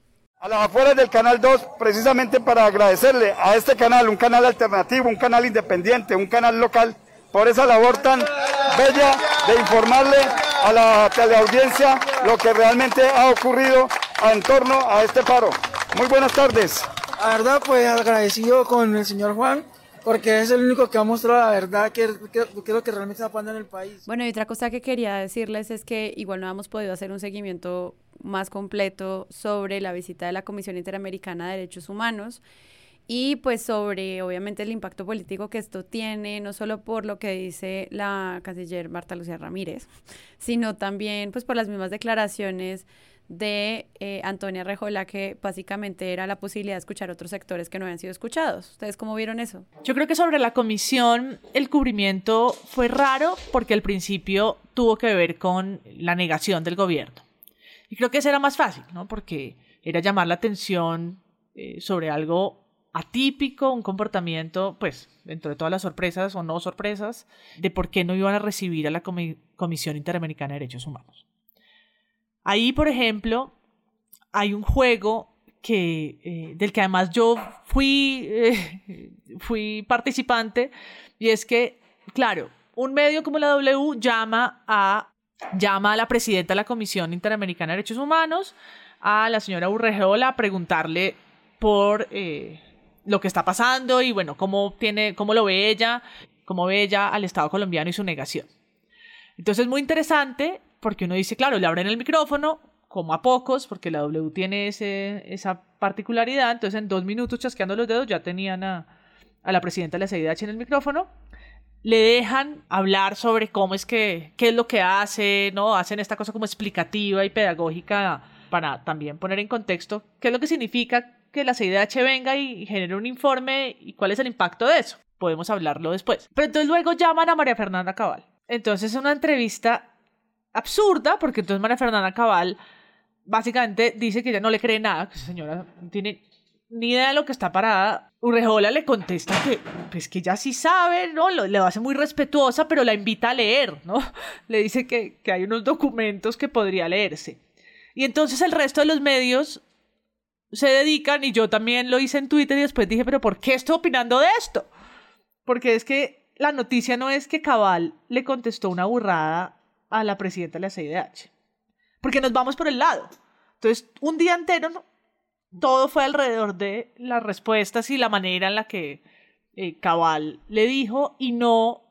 A las afueras del Canal 2, precisamente para agradecerle a este canal, un canal alternativo, un canal independiente, un canal local, por esa labor tan bella de informarle a la teleaudiencia lo que realmente ha ocurrido en torno a este paro. Muy buenas tardes. La verdad, pues agradecido con el señor Juan, porque es el único que ha mostrado la verdad que es lo que realmente está pasando en el país. Bueno, y otra cosa que quería decirles es que igual no hemos podido hacer un seguimiento más completo sobre la visita de la Comisión Interamericana de Derechos Humanos y pues sobre obviamente el impacto político que esto tiene, no solo por lo que dice la canciller Marta Lucía Ramírez, sino también pues por las mismas declaraciones de Antonia Rejola, que básicamente era la posibilidad de escuchar otros sectores que no habían sido escuchados. ¿Ustedes cómo vieron eso? Yo creo que sobre la comisión el cubrimiento fue raro porque al principio tuvo que ver con la negación del gobierno. Y creo que ese era más fácil, ¿no? Porque era llamar la atención sobre algo atípico, un comportamiento, pues, dentro de todas las sorpresas o no sorpresas, de por qué no iban a recibir a la Comisión Interamericana de Derechos Humanos. Ahí, por ejemplo, hay un juego del que además yo fui participante, y es que, claro, un medio como la W llama a la presidenta de la Comisión Interamericana de Derechos Humanos, a la señora Urrejola, a preguntarle por lo que está pasando y, bueno, cómo lo ve ella, cómo ve ella al Estado colombiano y su negación. Entonces es muy interesante porque uno dice, claro, le abren el micrófono, como a pocos, porque la W tiene esa particularidad, entonces en 2 minutos, chasqueando los dedos, ya tenían a la presidenta de la CIDH en el micrófono, le dejan hablar sobre qué es lo que hace, ¿no? Hacen esta cosa como explicativa y pedagógica para también poner en contexto qué es lo que significa que la CIDH venga y genere un informe y cuál es el impacto de eso. Podemos hablarlo después. Pero entonces luego llaman a María Fernanda Cabal. Entonces es una entrevista absurda, porque entonces María Fernanda Cabal básicamente dice que ella no le cree nada, que esa señora no tiene ni idea de lo que está parada. Urrejola le contesta que ella sí sabe, ¿no? Le hace muy respetuosa, pero la invita a leer, ¿no? Le dice que hay unos documentos que podría leerse. Y entonces el resto de los medios se dedican, y yo también lo hice en Twitter, y después dije, ¿pero por qué estoy opinando de esto? Porque es que la noticia no es que Cabal le contestó una burrada a la presidenta de la CIDH, porque nos vamos por el lado. Entonces, un día entero, ¿no? Todo fue alrededor de las respuestas y la manera en la que Cabal le dijo, y no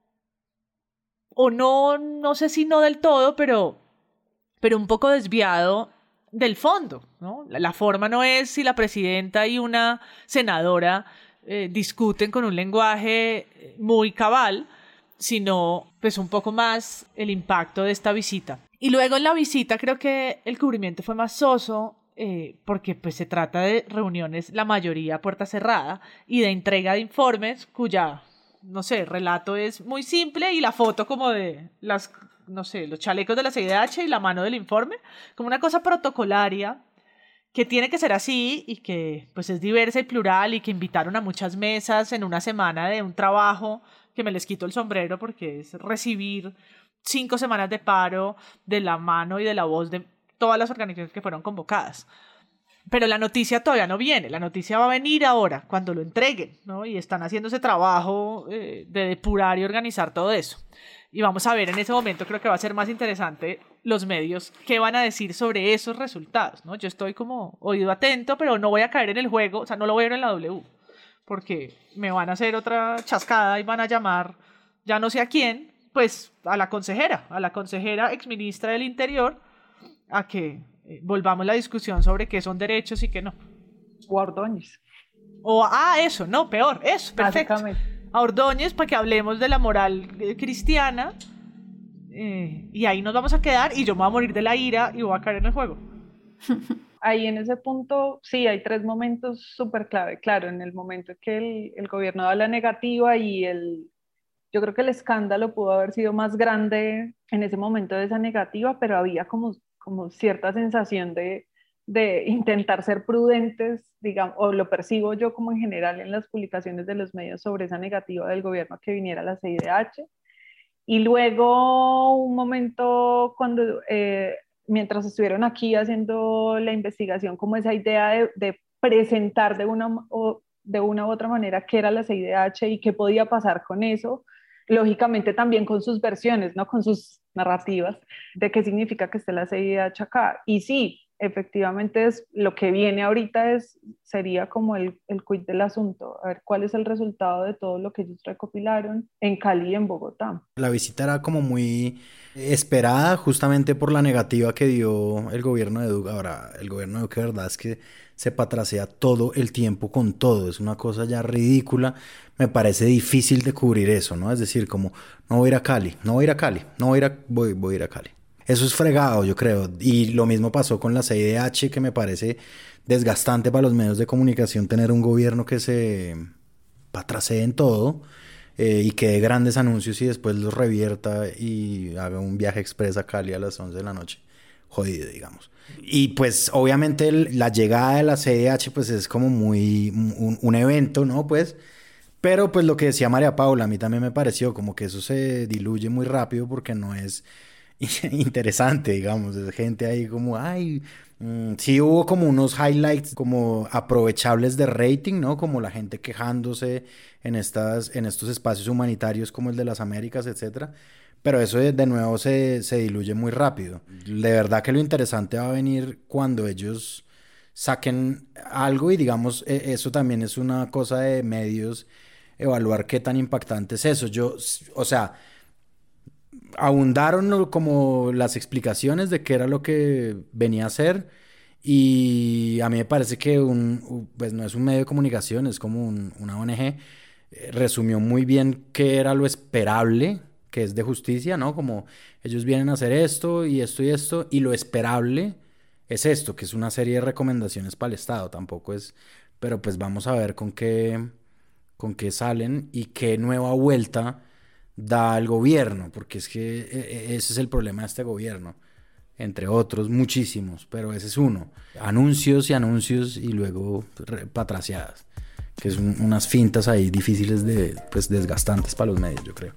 sé si no del todo, pero un poco desviado del fondo, ¿no? La forma no es si la presidenta y una senadora discuten con un lenguaje muy cabal, sino pues un poco más el impacto de esta visita. Y luego en la visita creo que el cubrimiento fue más soso, porque pues se trata de reuniones, la mayoría a puerta cerrada, y de entrega de informes cuya, no sé, relato es muy simple, y la foto como de los chalecos de la CIDH y la mano del informe, como una cosa protocolaria que tiene que ser así, y que pues es diversa y plural, y que invitaron a muchas mesas en una semana de un trabajo que me les quito el sombrero, porque es recibir 5 semanas de paro de la mano y de la voz de todas las organizaciones que fueron convocadas. Pero la noticia todavía no viene, la noticia va a venir ahora, cuando lo entreguen, ¿no? Y están haciendo ese trabajo de depurar y organizar todo eso. Y vamos a ver en ese momento, creo que va a ser más interesante los medios qué van a decir sobre esos resultados, ¿no? Yo estoy como oído atento, pero no voy a caer en el juego, o sea, no lo voy a ver en la W, porque me van a hacer otra chascada y van a llamar, ya no sé a quién, pues a la consejera exministra del Interior, a que volvamos la discusión sobre qué son derechos y qué no. O a Ordóñez. Eso, no, peor, eso, perfecto. A Ordóñez, para que hablemos de la moral cristiana, y ahí nos vamos a quedar, y yo me voy a morir de la ira y voy a caer en el juego. Ahí en ese punto, sí, hay 3 momentos súper clave. Claro, en el momento en que el gobierno da la negativa, y yo creo que el escándalo pudo haber sido más grande en ese momento de esa negativa, pero había como cierta sensación de intentar ser prudentes, digamos, o lo percibo yo como en general en las publicaciones de los medios sobre esa negativa del gobierno a que viniera la CIDH. Y luego un momento cuando mientras estuvieron aquí haciendo la investigación, como esa idea de presentar de una u otra manera qué era la CIDH y qué podía pasar con eso, lógicamente también con sus versiones, ¿no? Con sus narrativas de qué significa que esté la CIDH acá. Y sí, efectivamente lo que viene ahorita sería como el quid del asunto, a ver cuál es el resultado de todo lo que ellos recopilaron en Cali y en Bogotá. La visita era como muy esperada justamente por la negativa que dio el gobierno de Duque. Ahora, el gobierno de Duque, de verdad es que se patrasea todo el tiempo con todo, es una cosa ya ridícula, me parece difícil de cubrir eso, ¿no? Es decir, como, no voy a ir a Cali, voy a ir a Cali. Eso es fregado, yo creo, y lo mismo pasó con la CIDH, que me parece desgastante para los medios de comunicación tener un gobierno que se patrasee en todo, y que dé grandes anuncios y después los revierta y haga un viaje express a Cali a las 11 de la noche. Jodido, digamos. Y pues obviamente la llegada de la CIDH pues es como muy un evento, ¿no? Pues, pero pues lo que decía María Paula, a mí también me pareció como que eso se diluye muy rápido porque no es interesante, digamos, es gente ahí como, sí hubo como unos highlights como aprovechables de rating, ¿no? Como la gente quejándose en estos espacios humanitarios como el de las Américas, etcétera. Pero eso de nuevo se diluye muy rápido. De verdad que lo interesante va a venir cuando ellos saquen algo y digamos, eso también es una cosa de medios, evaluar qué tan impactante es eso. Ahondaron como las explicaciones de qué era lo que venía a ser y a mí me parece que pues no es un medio de comunicación, es como una ONG, resumió muy bien qué era lo esperable, que es de justicia, ¿no? Como ellos vienen a hacer esto y esto y esto, y lo esperable es esto, que es una serie de recomendaciones para el Estado, tampoco es, pero pues vamos a ver con qué salen y qué nueva vuelta da el gobierno, porque es que ese es el problema de este gobierno, entre otros muchísimos, pero ese es uno, anuncios y luego patraciadas, que es unas fintas ahí difíciles pues desgastantes para los medios, yo creo.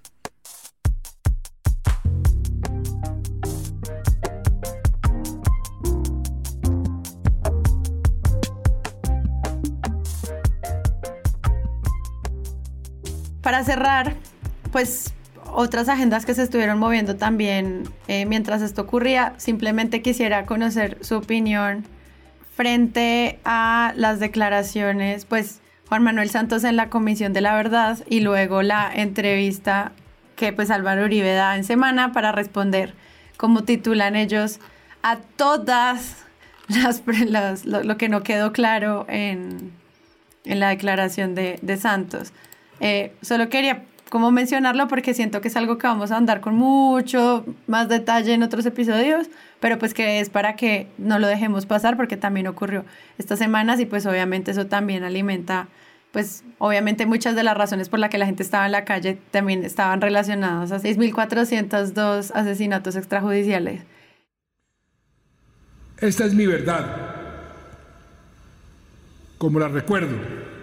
Para cerrar, pues otras agendas que se estuvieron moviendo también mientras esto ocurría, simplemente quisiera conocer su opinión frente a las declaraciones, pues Juan Manuel Santos en la Comisión de la Verdad y luego la entrevista que pues Álvaro Uribe da en Semana para responder, como titulan ellos, a todas lo que no quedó claro en la declaración de Santos. Solo quería como mencionarlo porque siento que es algo que vamos a andar con mucho más detalle en otros episodios, pero pues que es para que no lo dejemos pasar porque también ocurrió estas semanas y pues obviamente eso también alimenta, pues obviamente muchas de las razones por las que la gente estaba en la calle también estaban relacionadas a 6.402 asesinatos extrajudiciales. Esta es mi verdad, como la recuerdo,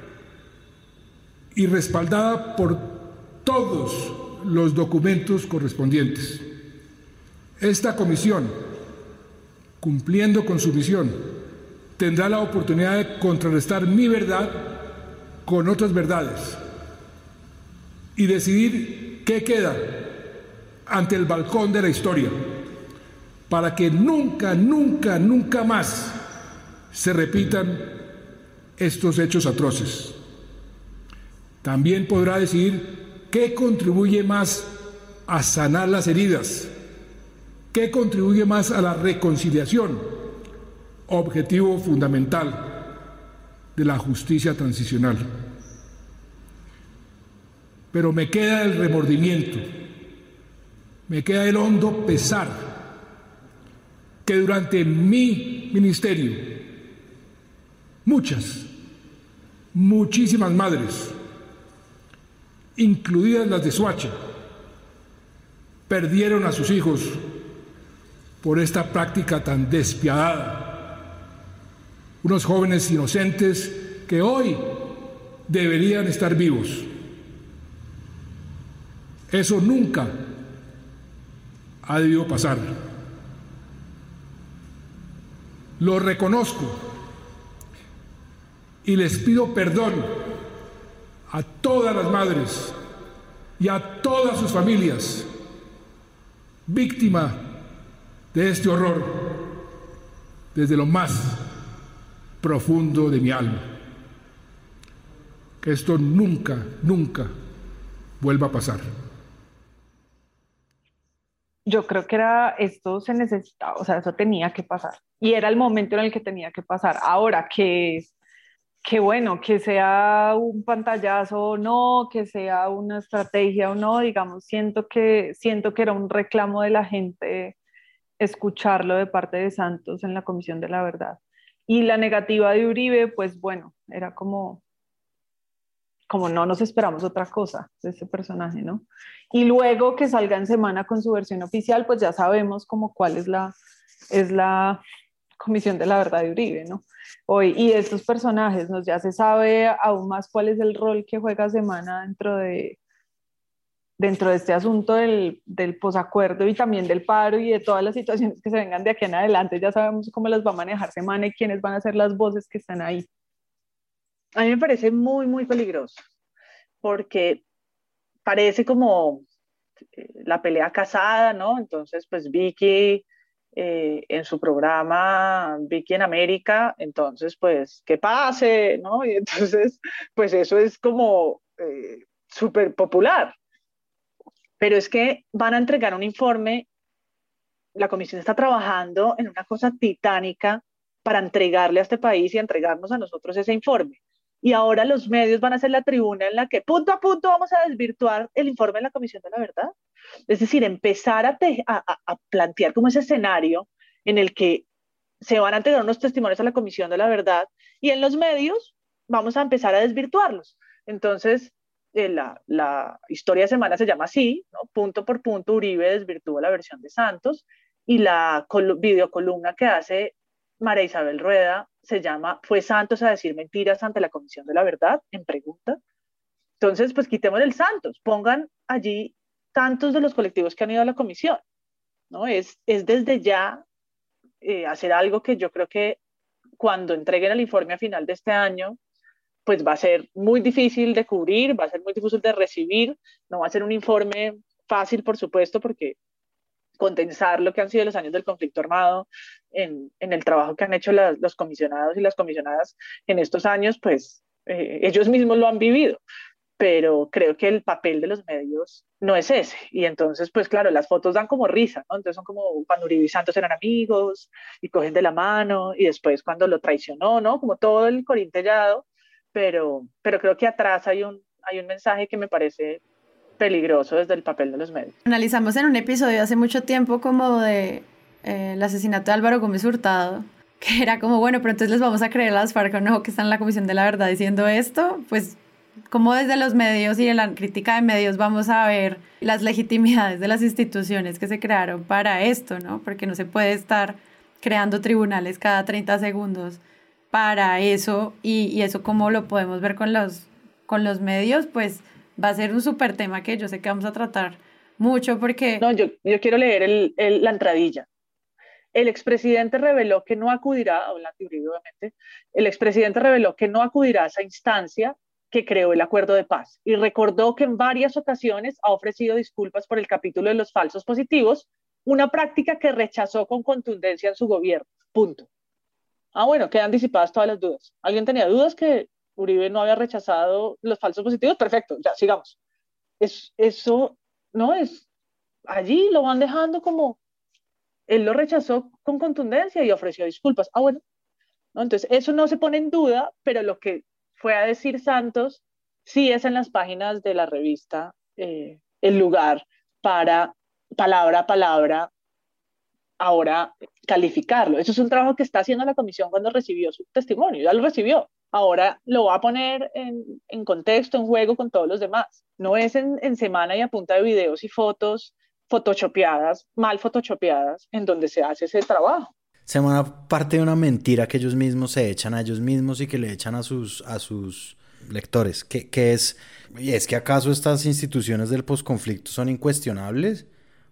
y respaldada por todos los documentos correspondientes. Esta comisión, cumpliendo con su misión, tendrá la oportunidad de contrarrestar mi verdad con otras verdades y decidir qué queda ante el balcón de la historia para que nunca, nunca, nunca más se repitan estos hechos atroces. También podrá decidir qué contribuye más a sanar las heridas, qué contribuye más a la reconciliación, objetivo fundamental de la justicia transicional. Pero me queda el remordimiento, me queda el hondo pesar que durante mi ministerio muchísimas madres, incluidas las de Soacha, perdieron a sus hijos por esta práctica tan despiadada. Unos jóvenes inocentes que hoy deberían estar vivos. Eso nunca ha debido pasar. Lo reconozco y les pido perdón a todas las madres y a todas sus familias víctimas de este horror desde lo más profundo de mi alma. Que esto nunca, nunca vuelva a pasar. Yo creo que esto se necesitaba, o sea, eso tenía que pasar. Y era el momento en el que tenía que pasar. Ahora, que bueno, que sea un pantallazo o no, que sea una estrategia o no, digamos, siento que era un reclamo de la gente escucharlo de parte de Santos en la Comisión de la Verdad. Y la negativa de Uribe, pues bueno, era como no nos esperamos otra cosa de ese personaje, ¿no? Y luego que salga en semana con su versión oficial, pues ya sabemos como cuál es la Comisión de la Verdad de Uribe, ¿no? Hoy, y estos personajes, ¿no? Ya se sabe aún más cuál es el rol que juega Semana dentro de este asunto del posacuerdo y también del paro y de todas las situaciones que se vengan de aquí en adelante. Ya sabemos cómo las va a manejar Semana y quiénes van a ser las voces que están ahí. A mí me parece muy, muy peligroso, porque parece como la pelea casada, ¿no? Entonces, pues Vicky en su programa, Vicky en América, entonces, pues, que pase, ¿no? Y entonces, pues eso es como súper popular. Pero es que van a entregar un informe, la comisión está trabajando en una cosa titánica para entregarle a este país y entregarnos a nosotros ese informe. Y ahora los medios van a ser la tribuna en la que punto a punto vamos a desvirtuar el informe de la Comisión de la Verdad. Es decir, empezar a plantear como ese escenario en el que se van a entregar unos testimonios a la Comisión de la Verdad y en los medios vamos a empezar a desvirtuarlos. Entonces, la historia de Semana se llama así, ¿no? Punto por punto, Uribe desvirtúa la versión de Santos, y la videocolumna que hace María Isabel Rueda se llama ¿Fue Santos a decir mentiras ante la Comisión de la Verdad? En pregunta. Entonces, pues quitemos el Santos, pongan allí tantos de los colectivos que han ido a la comisión, ¿no? Es desde ya hacer algo que yo creo que cuando entreguen el informe a final de este año, pues va a ser muy difícil de cubrir, va a ser muy difícil de recibir, no va a ser un informe fácil, por supuesto, porque condensar lo que han sido los años del conflicto armado en el trabajo que han hecho los comisionados y las comisionadas en estos años, pues ellos mismos lo han vivido, pero creo que el papel de los medios no es ese. Y entonces, pues claro, las fotos dan como risa, ¿no? Entonces son como cuando Uribe y Santos eran amigos y cogen de la mano, y después cuando lo traicionó, ¿no? Como todo el corintellado, pero creo que atrás hay un mensaje que me parece peligroso desde el papel de los medios. Analizamos en un episodio hace mucho tiempo como de el asesinato de Álvaro Gómez Hurtado, que era como, bueno, pero entonces les vamos a creer a las FARC o no, que están en la Comisión de la Verdad diciendo esto, pues como desde los medios y de la crítica de medios vamos a ver las legitimidades de las instituciones que se crearon para esto, ¿no? Porque no se puede estar creando tribunales cada 30 segundos para eso, y eso como lo podemos ver con los medios, pues va a ser un súper tema que yo sé que vamos a tratar mucho porque... No, yo quiero leer la entradilla. El expresidente reveló que no acudirá, hablando de Uribe obviamente, el expresidente reveló que no acudirá a esa instancia que creó el acuerdo de paz y recordó que en varias ocasiones ha ofrecido disculpas por el capítulo de los falsos positivos, una práctica que rechazó con contundencia en su gobierno. Punto. Ah, bueno, quedan disipadas todas las dudas. ¿Alguien tenía dudas que Uribe no había rechazado los falsos positivos? Perfecto, ya, sigamos. Eso no es... Allí lo van dejando como... Él lo rechazó con contundencia y ofreció disculpas. Ah, bueno. ¿No? Entonces, eso no se pone en duda, pero lo que fue a decir Santos sí es en las páginas de la revista el lugar para palabra a palabra ahora calificarlo. Eso es un trabajo que está haciendo la comisión cuando recibió su testimonio. Ya lo recibió. Ahora lo va a poner en contexto, en juego con todos los demás. No es en semana y a punta de videos y fotos photoshopeadas, mal photoshopeadas, en donde se hace ese trabajo. Semana parte de una mentira que ellos mismos se echan a ellos mismos y que le echan a sus lectores. ¿Y es que acaso estas instituciones del posconflicto son incuestionables?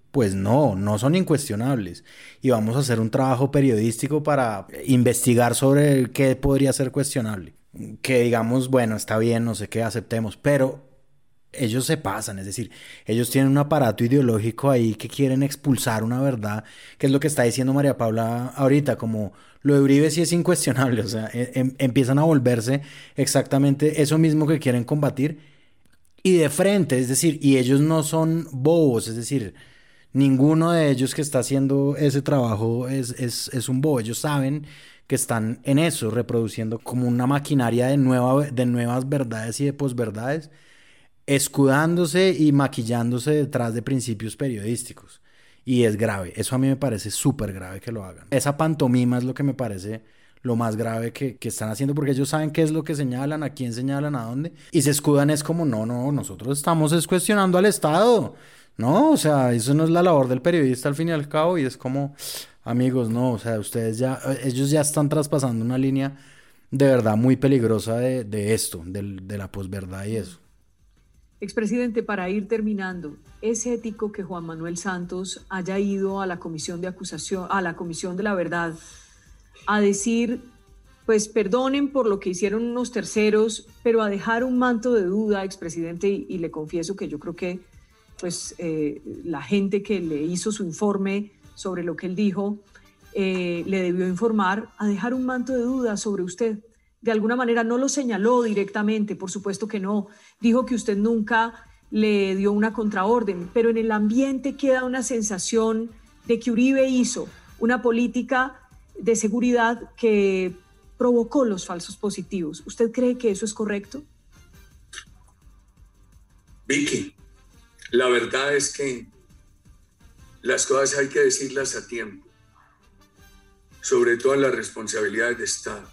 Pues no son incuestionables. Y vamos a hacer un trabajo periodístico para investigar sobre qué podría ser cuestionable. Que digamos, bueno, está bien, no sé qué, aceptemos, pero ellos se pasan, es decir, ellos tienen un aparato ideológico ahí que quieren expulsar una verdad, que es lo que está diciendo María Paula ahorita, como lo de Uribe sí es incuestionable, o sea, empiezan a volverse exactamente eso mismo que quieren combatir y de frente, es decir, y ellos no son bobos, es decir, ninguno de ellos que está haciendo ese trabajo es un bobo, ellos saben que están en eso, reproduciendo como una maquinaria de nuevas verdades y de posverdades, escudándose y maquillándose detrás de principios periodísticos. Y es grave, eso a mí me parece súper grave que lo hagan. Esa pantomima es lo que me parece lo más grave que están haciendo, porque ellos saben qué es lo que señalan, a quién señalan, a dónde, y se escudan es como, no, nosotros estamos cuestionando al Estado, no, o sea, eso no es la labor del periodista al fin y al cabo, y es como, amigos, no, o sea, ellos ya están traspasando una línea de verdad muy peligrosa de esto, de la posverdad y eso. Expresidente, para ir terminando, ¿es ético que Juan Manuel Santos haya ido a la comisión de acusación, a la comisión de la verdad, a decir, pues perdonen por lo que hicieron unos terceros, pero a dejar un manto de duda, expresidente, y le confieso que yo creo que pues la gente que le hizo su informe sobre lo que él dijo, le debió informar, a dejar un manto de duda sobre usted? De alguna manera no lo señaló directamente, por supuesto que no, dijo que usted nunca le dio una contraorden, pero en el ambiente queda una sensación de que Uribe hizo una política de seguridad que provocó los falsos positivos. ¿Usted cree que eso es correcto? Vicky, la verdad es que las cosas hay que decirlas a tiempo, sobre todo en las responsabilidades de Estado.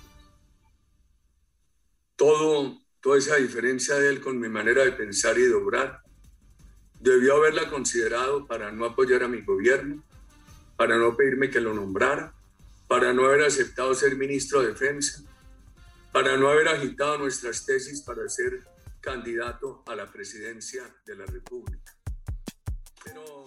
Toda esa diferencia de él con mi manera de pensar y de obrar, debió haberla considerado para no apoyar a mi gobierno, para no pedirme que lo nombrara, para no haber aceptado ser ministro de Defensa, para no haber agitado nuestras tesis para ser candidato a la presidencia de la República. Pero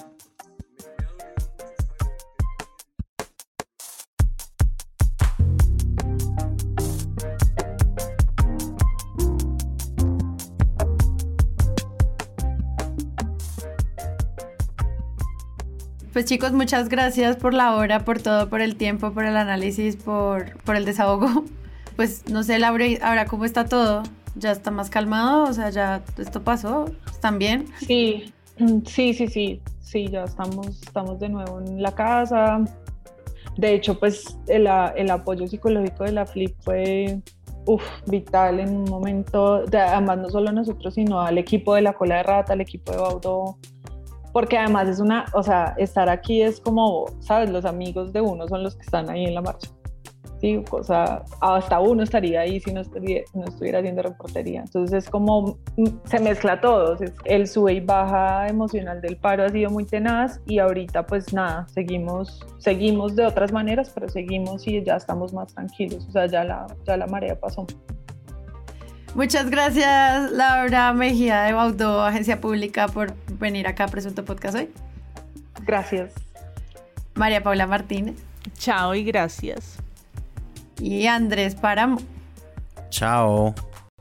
Pues chicos, muchas gracias por la hora, por todo, por el tiempo, por el análisis, por el desahogo. Pues no sé, Laura, ahora cómo está todo. ¿Ya está más calmado? O sea, ¿ya esto pasó? ¿Están bien? Sí, ya estamos de nuevo en la casa. De hecho, pues el apoyo psicológico de la FLIP fue vital en un momento, además no solo a nosotros, sino al equipo de La Cola de Rata, al equipo de Baudó, porque además estar aquí es como, ¿sabes? Los amigos de uno son los que están ahí en la marcha. Sí, o sea, hasta uno estaría ahí si no estuviera haciendo reportería. Entonces es como, se mezcla todo. El sube y baja emocional del paro ha sido muy tenaz y ahorita pues nada, seguimos de otras maneras, pero seguimos y ya estamos más tranquilos. O sea, ya la marea pasó. Muchas gracias, Laura Mejía de Baudó, Agencia Pública, por venir acá a Presunto Podcast hoy. Gracias. María Paula Martínez. Chao y gracias. Y Andrés Páramo. Chao.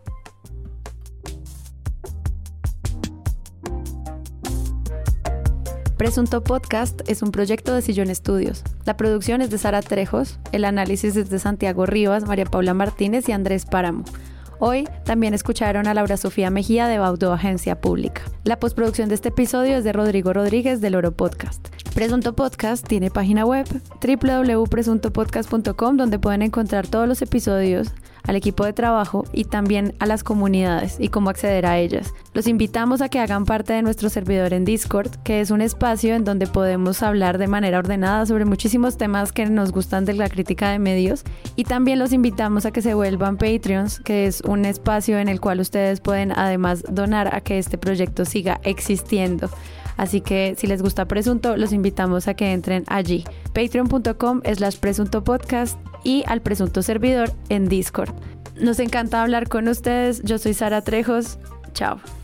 Presunto Podcast es un proyecto de Sillón Estudios. La producción es de Sara Trejos, el análisis es de Santiago Rivas, María Paula Martínez y Andrés Páramo. Hoy también escucharon a Laura Sofía Mejía de Baudó, Agencia Pública. La postproducción de este episodio es de Rodrigo Rodríguez del Oro Podcast. Presunto Podcast tiene página web www.presuntopodcast.com, donde pueden encontrar todos los episodios, al equipo de trabajo y también a las comunidades y cómo acceder a ellas. Los invitamos a que hagan parte de nuestro servidor en Discord, que es un espacio en donde podemos hablar de manera ordenada sobre muchísimos temas que nos gustan de la crítica de medios, y también los invitamos a que se vuelvan Patreons, que es un espacio en el cual ustedes pueden además donar a que este proyecto siga existiendo. Así que si les gusta Presunto, los invitamos a que entren allí, patreon.com/presuntopodcast, y al Presunto Servidor en Discord. Nos encanta hablar con ustedes. Yo soy Sara Trejos. Chao.